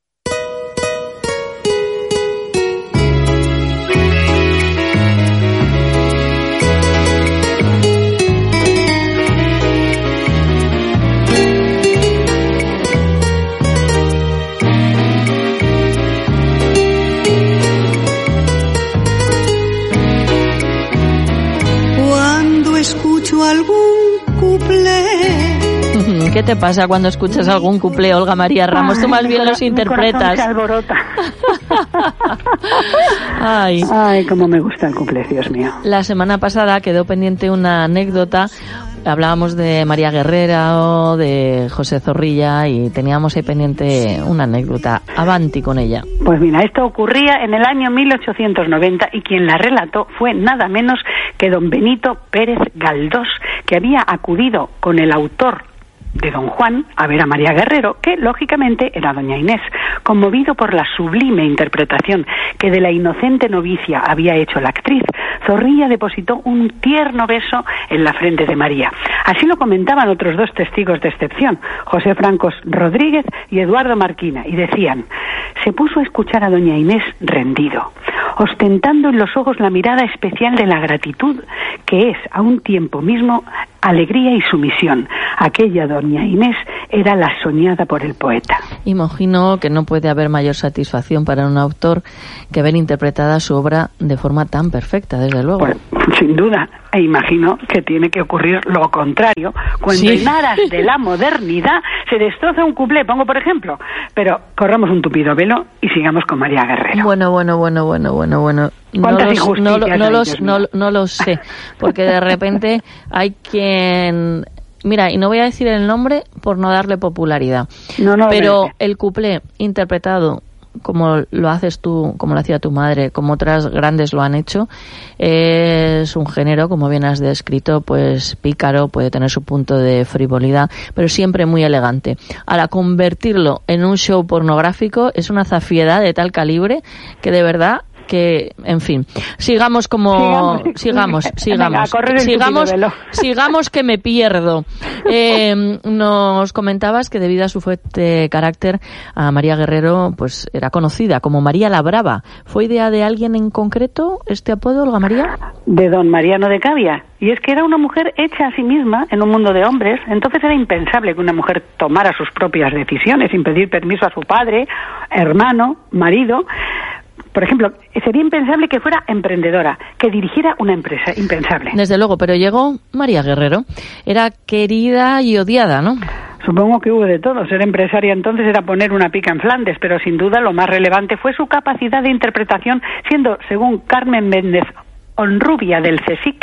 Speaker 18: Escucho algún cuplé.
Speaker 3: ¿Qué te pasa cuando escuchas algún cuplé, Olga María Ramos? Tú más bien los interpretas.
Speaker 16: Se alborota.
Speaker 3: Ay.
Speaker 16: Ay, cómo me gusta el cuplé, Dios mío.
Speaker 3: La semana pasada quedó pendiente una anécdota. Hablábamos de María Guerrera o de José Zorrilla y teníamos ahí pendiente una anécdota. Avanti con ella.
Speaker 16: Pues mira, esto ocurría en el año mil ochocientos noventa y quien la relató fue nada menos que don Benito Pérez Galdós, que había acudido con el autor de Don Juan a ver a María Guerrero, que lógicamente era doña Inés, conmovido por la sublime interpretación que de la inocente novicia había hecho la actriz. Zorrilla depositó un tierno beso en la frente de María. Así lo comentaban otros dos testigos de excepción, José Francos Rodríguez y Eduardo Marquina, y decían: se puso a escuchar a doña Inés rendido, ostentando en los ojos la mirada especial de la gratitud, que es a un tiempo mismo alegría y sumisión. Aquella doña Inés era la soñada por el poeta.
Speaker 3: Imagino que no puede haber mayor satisfacción para un autor que ver interpretada su obra de forma tan perfecta, desde luego.
Speaker 16: Pues, sin duda, e imagino que tiene que ocurrir lo contrario, cuando
Speaker 3: Sí.
Speaker 16: en aras de la modernidad se destroza un cuplé, pongo por ejemplo, pero corramos un tupido velo y sigamos con María Guerrero.
Speaker 3: Bueno, bueno, bueno, bueno, bueno, bueno. No
Speaker 16: ¿Cuántas
Speaker 3: los,
Speaker 16: injusticias
Speaker 3: no, lo- no
Speaker 16: hay,
Speaker 3: los,
Speaker 16: Dios
Speaker 3: no,
Speaker 16: mío?
Speaker 3: no lo sé, porque de repente hay quien... Mira, y no voy a decir el nombre por no darle popularidad,
Speaker 16: No, no,
Speaker 3: pero
Speaker 16: merece.
Speaker 3: el cuplé interpretado como lo haces tú, como lo hacía tu madre, como otras grandes lo han hecho, es un género, como bien has descrito, pues pícaro, puede tener su punto de frivolidad, pero siempre muy elegante. Ahora, convertirlo en un show pornográfico es una zafiedad de tal calibre que de verdad que, en fin, sigamos como
Speaker 16: Sigamos.
Speaker 3: sigamos,
Speaker 16: Venga,
Speaker 3: sigamos,
Speaker 16: a correr el
Speaker 3: sigamos,
Speaker 16: tupido velo.
Speaker 3: sigamos que me pierdo. Eh, nos comentabas que debido a su fuerte carácter, a María Guerrero, pues era conocida como María la Brava. ¿Fue idea de alguien en concreto este apodo, Olga María?
Speaker 16: De don Mariano de Cavia. Y es que era una mujer hecha a sí misma en un mundo de hombres, entonces era impensable que una mujer tomara sus propias decisiones sin pedir permiso a su padre, hermano, marido. Por ejemplo, sería impensable que fuera emprendedora, que dirigiera una empresa, impensable.
Speaker 3: Desde luego, pero llegó María Guerrero. Era querida y odiada, ¿no?
Speaker 16: Supongo que hubo de todo. Ser empresaria entonces era poner una pica en Flandes, pero sin duda lo más relevante fue su capacidad de interpretación, siendo, según Carmen Méndez Honrubia del CSIC,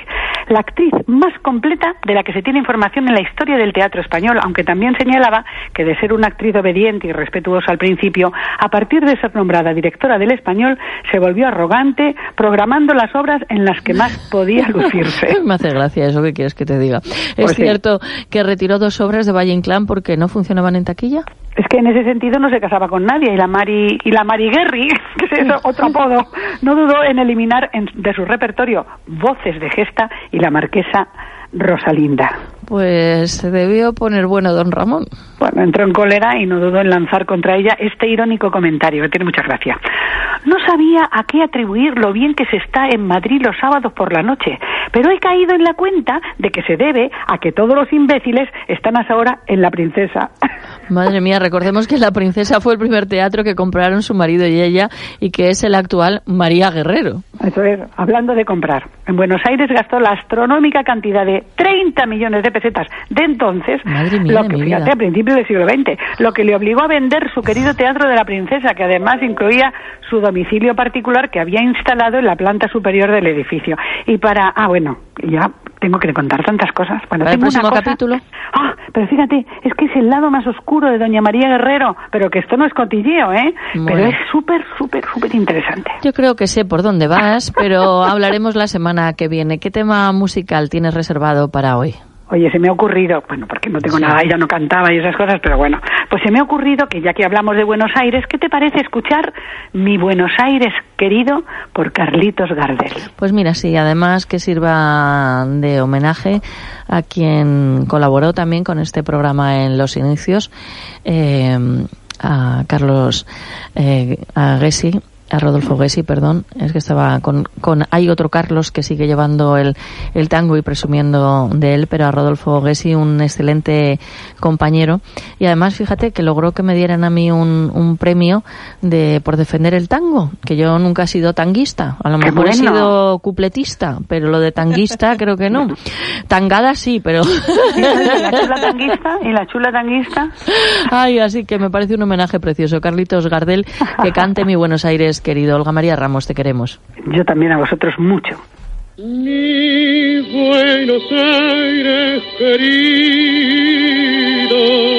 Speaker 16: la actriz más completa de la que se tiene información en la historia del teatro español, aunque también señalaba que de ser una actriz obediente y respetuosa al principio, a partir de ser nombrada directora del Español, se volvió arrogante, programando las obras en las que más podía lucirse.
Speaker 3: Me hace gracia eso, ¿qué quieres que te diga? ¿Es
Speaker 16: Pues sí.
Speaker 3: cierto que retiró dos obras de Valle Inclán porque no funcionaban en taquilla?
Speaker 16: Es que en ese sentido no se casaba con nadie, y la Mari y la Mari Guerri, que es otro apodo, no dudó en eliminar en, de su repertorio Voces de Gesta y la Marquesa Rosalinda.
Speaker 3: Pues se debió poner bueno don Ramón.
Speaker 16: Bueno, entró en cólera y no dudó en lanzar contra ella este irónico comentario, que tiene mucha gracia. No sabía a qué atribuir lo bien que se está en Madrid los sábados por la noche, pero he caído en la cuenta de que se debe a que todos los imbéciles están a esa hora en La Princesa.
Speaker 3: Madre mía, recordemos que La Princesa fue el primer teatro que compraron su marido y ella, y que es el actual María Guerrero.
Speaker 16: Eso es, hablando de comprar. En Buenos Aires gastó la astronómica cantidad de treinta millones de pesetas de entonces,
Speaker 3: Madre mía,
Speaker 16: lo
Speaker 3: de
Speaker 16: que,
Speaker 3: mi
Speaker 16: fíjate,
Speaker 3: vida.
Speaker 16: a principios del siglo veinte, lo que le obligó a vender su querido Teatro de la Princesa, que además incluía su domicilio particular que había instalado en la planta superior del edificio. Y para... Ah, bueno, ya tengo que contar tantas cosas. Bueno,
Speaker 3: ¿Para el
Speaker 16: tengo una
Speaker 3: próximo
Speaker 16: cosa...
Speaker 3: capítulo?
Speaker 16: Ah, pero fíjate, es que es el lado más oscuro de Doña María Guerrero, pero que esto no es cotilleo, ¿eh?
Speaker 3: Bueno.
Speaker 16: Pero es súper, súper, súper interesante.
Speaker 3: Yo creo que sé por dónde vas, pero hablaremos la semana que viene. ¿Qué tema musical tienes reservado para hoy?
Speaker 16: Oye, se me ha ocurrido, bueno, porque no tengo
Speaker 3: Sí.
Speaker 16: nada, ella no cantaba y esas cosas, pero bueno, pues se me ha ocurrido que ya que hablamos de Buenos Aires, ¿qué te parece escuchar Mi Buenos Aires querido por Carlitos Gardel?
Speaker 3: Pues mira, sí, además que sirva de homenaje a quien colaboró también con este programa en los inicios, eh, a Carlos eh, a Gessi, a Rodolfo Gessi, perdón, es que estaba con, con hay otro Carlos que sigue llevando el, el tango y presumiendo de él, pero a Rodolfo Gessi, un excelente compañero, y además fíjate que logró que me dieran a mí un, un premio de por defender el tango, que yo nunca he sido tanguista, a lo
Speaker 16: ¡Qué
Speaker 3: mejor he
Speaker 16: bueno!
Speaker 3: sido cupletista, pero lo de tanguista creo que no. Tangada sí, pero...
Speaker 16: ¿Y la chula tanguista? ¿Y la chula tanguista?
Speaker 3: Ay, así que me parece un homenaje precioso. Carlitos Gardel, que cante Mi Buenos Aires querido. Olga María Ramos, te queremos.
Speaker 16: Yo también a vosotros mucho.
Speaker 8: Mi Buenos Aires querido,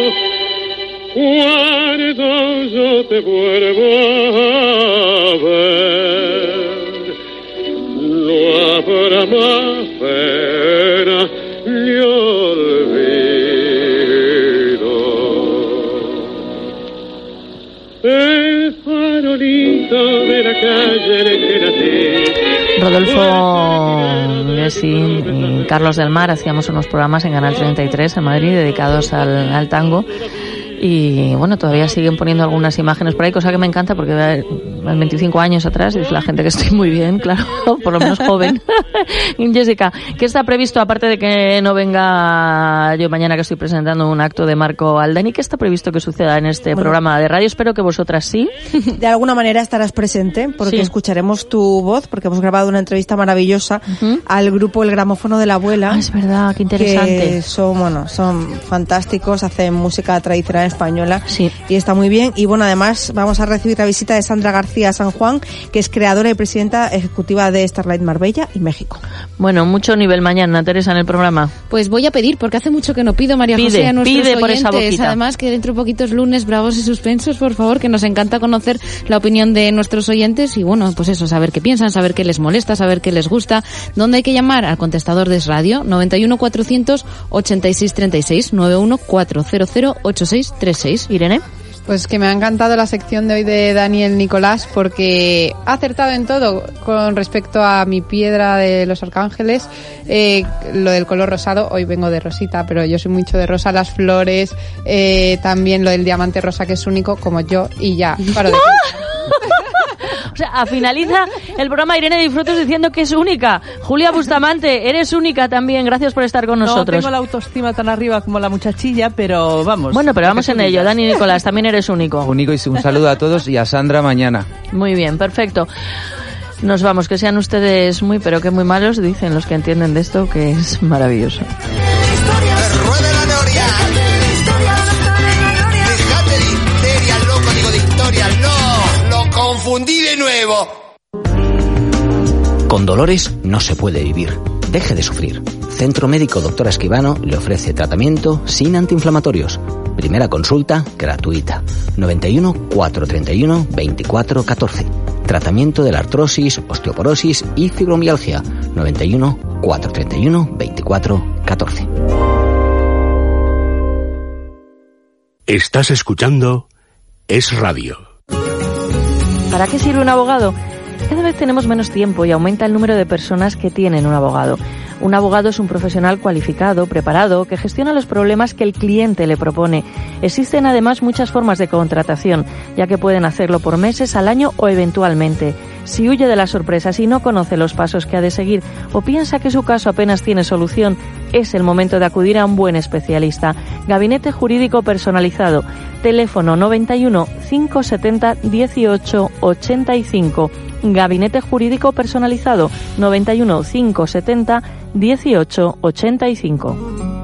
Speaker 8: cuando yo te vuelvo a ver, no habrá más pena ni olvido. El farolito de la calle en que nací.
Speaker 3: Rodolfo Gessi y Carlos del Mar hacíamos unos programas en Canal treinta y tres en Madrid dedicados al, al tango. Y bueno, todavía siguen poniendo algunas imágenes por ahí, cosa que me encanta porque veinticinco años atrás dice la gente que estoy muy bien, claro, por lo menos joven. Jessica, ¿qué está previsto, aparte de que no venga yo mañana que estoy presentando un acto de Marco Aldani? ¿Qué está previsto que suceda en este
Speaker 9: Bueno.
Speaker 3: programa de radio? Espero que vosotras sí.
Speaker 9: De alguna manera estarás presente porque
Speaker 3: Sí.
Speaker 9: escucharemos tu voz, porque hemos grabado una entrevista maravillosa al grupo El Gramófono de la Abuela.
Speaker 3: Ah, es verdad, qué interesante.
Speaker 9: Que son, bueno, son fantásticos, hacen música tradicional española y está muy bien. Y bueno, además vamos a recibir la visita de Sandra García San Juan, que es creadora y presidenta ejecutiva de Starlight Marbella y México.
Speaker 3: Bueno, mucho nivel mañana, Teresa, en el programa.
Speaker 5: Pues voy a pedir, porque hace mucho que no pido, María
Speaker 3: Pide,
Speaker 5: José, a nuestros
Speaker 3: pide por
Speaker 5: oyentes.
Speaker 3: esa boquita.
Speaker 5: Además, que dentro de poquitos lunes bravos y suspensos, por favor, que nos encanta conocer la opinión de nuestros oyentes y, bueno, pues eso, saber qué piensan, saber qué les molesta, saber qué les gusta. ¿Dónde hay que llamar? Al contestador de Es Radio, noventa y uno cuatrocientos ochenta y seis treinta y seis, noventa y uno cuatrocientos ochenta y seis treinta y seis. Irene.
Speaker 6: Pues que me ha encantado la sección de hoy de Daniel Nicolás porque ha acertado en todo con respecto a mi piedra de los arcángeles, eh, lo del color rosado. Hoy vengo de rosita, pero yo soy mucho de rosa, las flores, eh, también lo del diamante rosa, que es único como yo, y ya, paro de
Speaker 3: O sea, finaliza el programa Irene Disfrutos diciendo que es única. Julia Bustamante, eres única también. Gracias por estar con nosotros.
Speaker 17: No tengo la autoestima tan arriba como la muchachilla, pero vamos.
Speaker 3: Bueno, pero vamos en ello. Dani Nicolás, también eres único.
Speaker 7: Único, y un saludo a todos y a Sandra mañana.
Speaker 3: Muy bien, perfecto. Nos vamos, que sean ustedes muy, pero que muy malos, dicen los que entienden de esto, que es maravilloso.
Speaker 20: Dejate de histeria, loco, digo de historia, no, lo confundí de nuevo.
Speaker 22: Con dolores no se puede vivir.
Speaker 21: Deje de sufrir. Centro Médico Doctora Esquivano le ofrece tratamiento sin antiinflamatorios. Primera consulta gratuita. noventa y uno, cuatrocientos treinta y uno, veinticuatro catorce. Tratamiento de la artrosis, osteoporosis y fibromialgia. noventa y uno, cuatrocientos treinta y uno, veinticuatro catorce.
Speaker 1: Estás escuchando Es Radio.
Speaker 3: ¿Para qué sirve un abogado? Cada vez tenemos menos tiempo y aumenta el número de personas que tienen un abogado. Un abogado es un profesional cualificado, preparado, que gestiona los problemas que el cliente le propone. Existen además muchas formas de contratación, ya que pueden hacerlo por meses, al año o eventualmente. Si huye de las sorpresas y no conoce los pasos que ha de seguir o piensa que su caso apenas tiene solución, es el momento de acudir a un buen especialista. Gabinete Jurídico Personalizado. Teléfono noventa y uno, cinco setenta, dieciocho, ochenta y cinco. Gabinete Jurídico Personalizado. noventa y uno, cinco setenta, dieciocho, ochenta y cinco.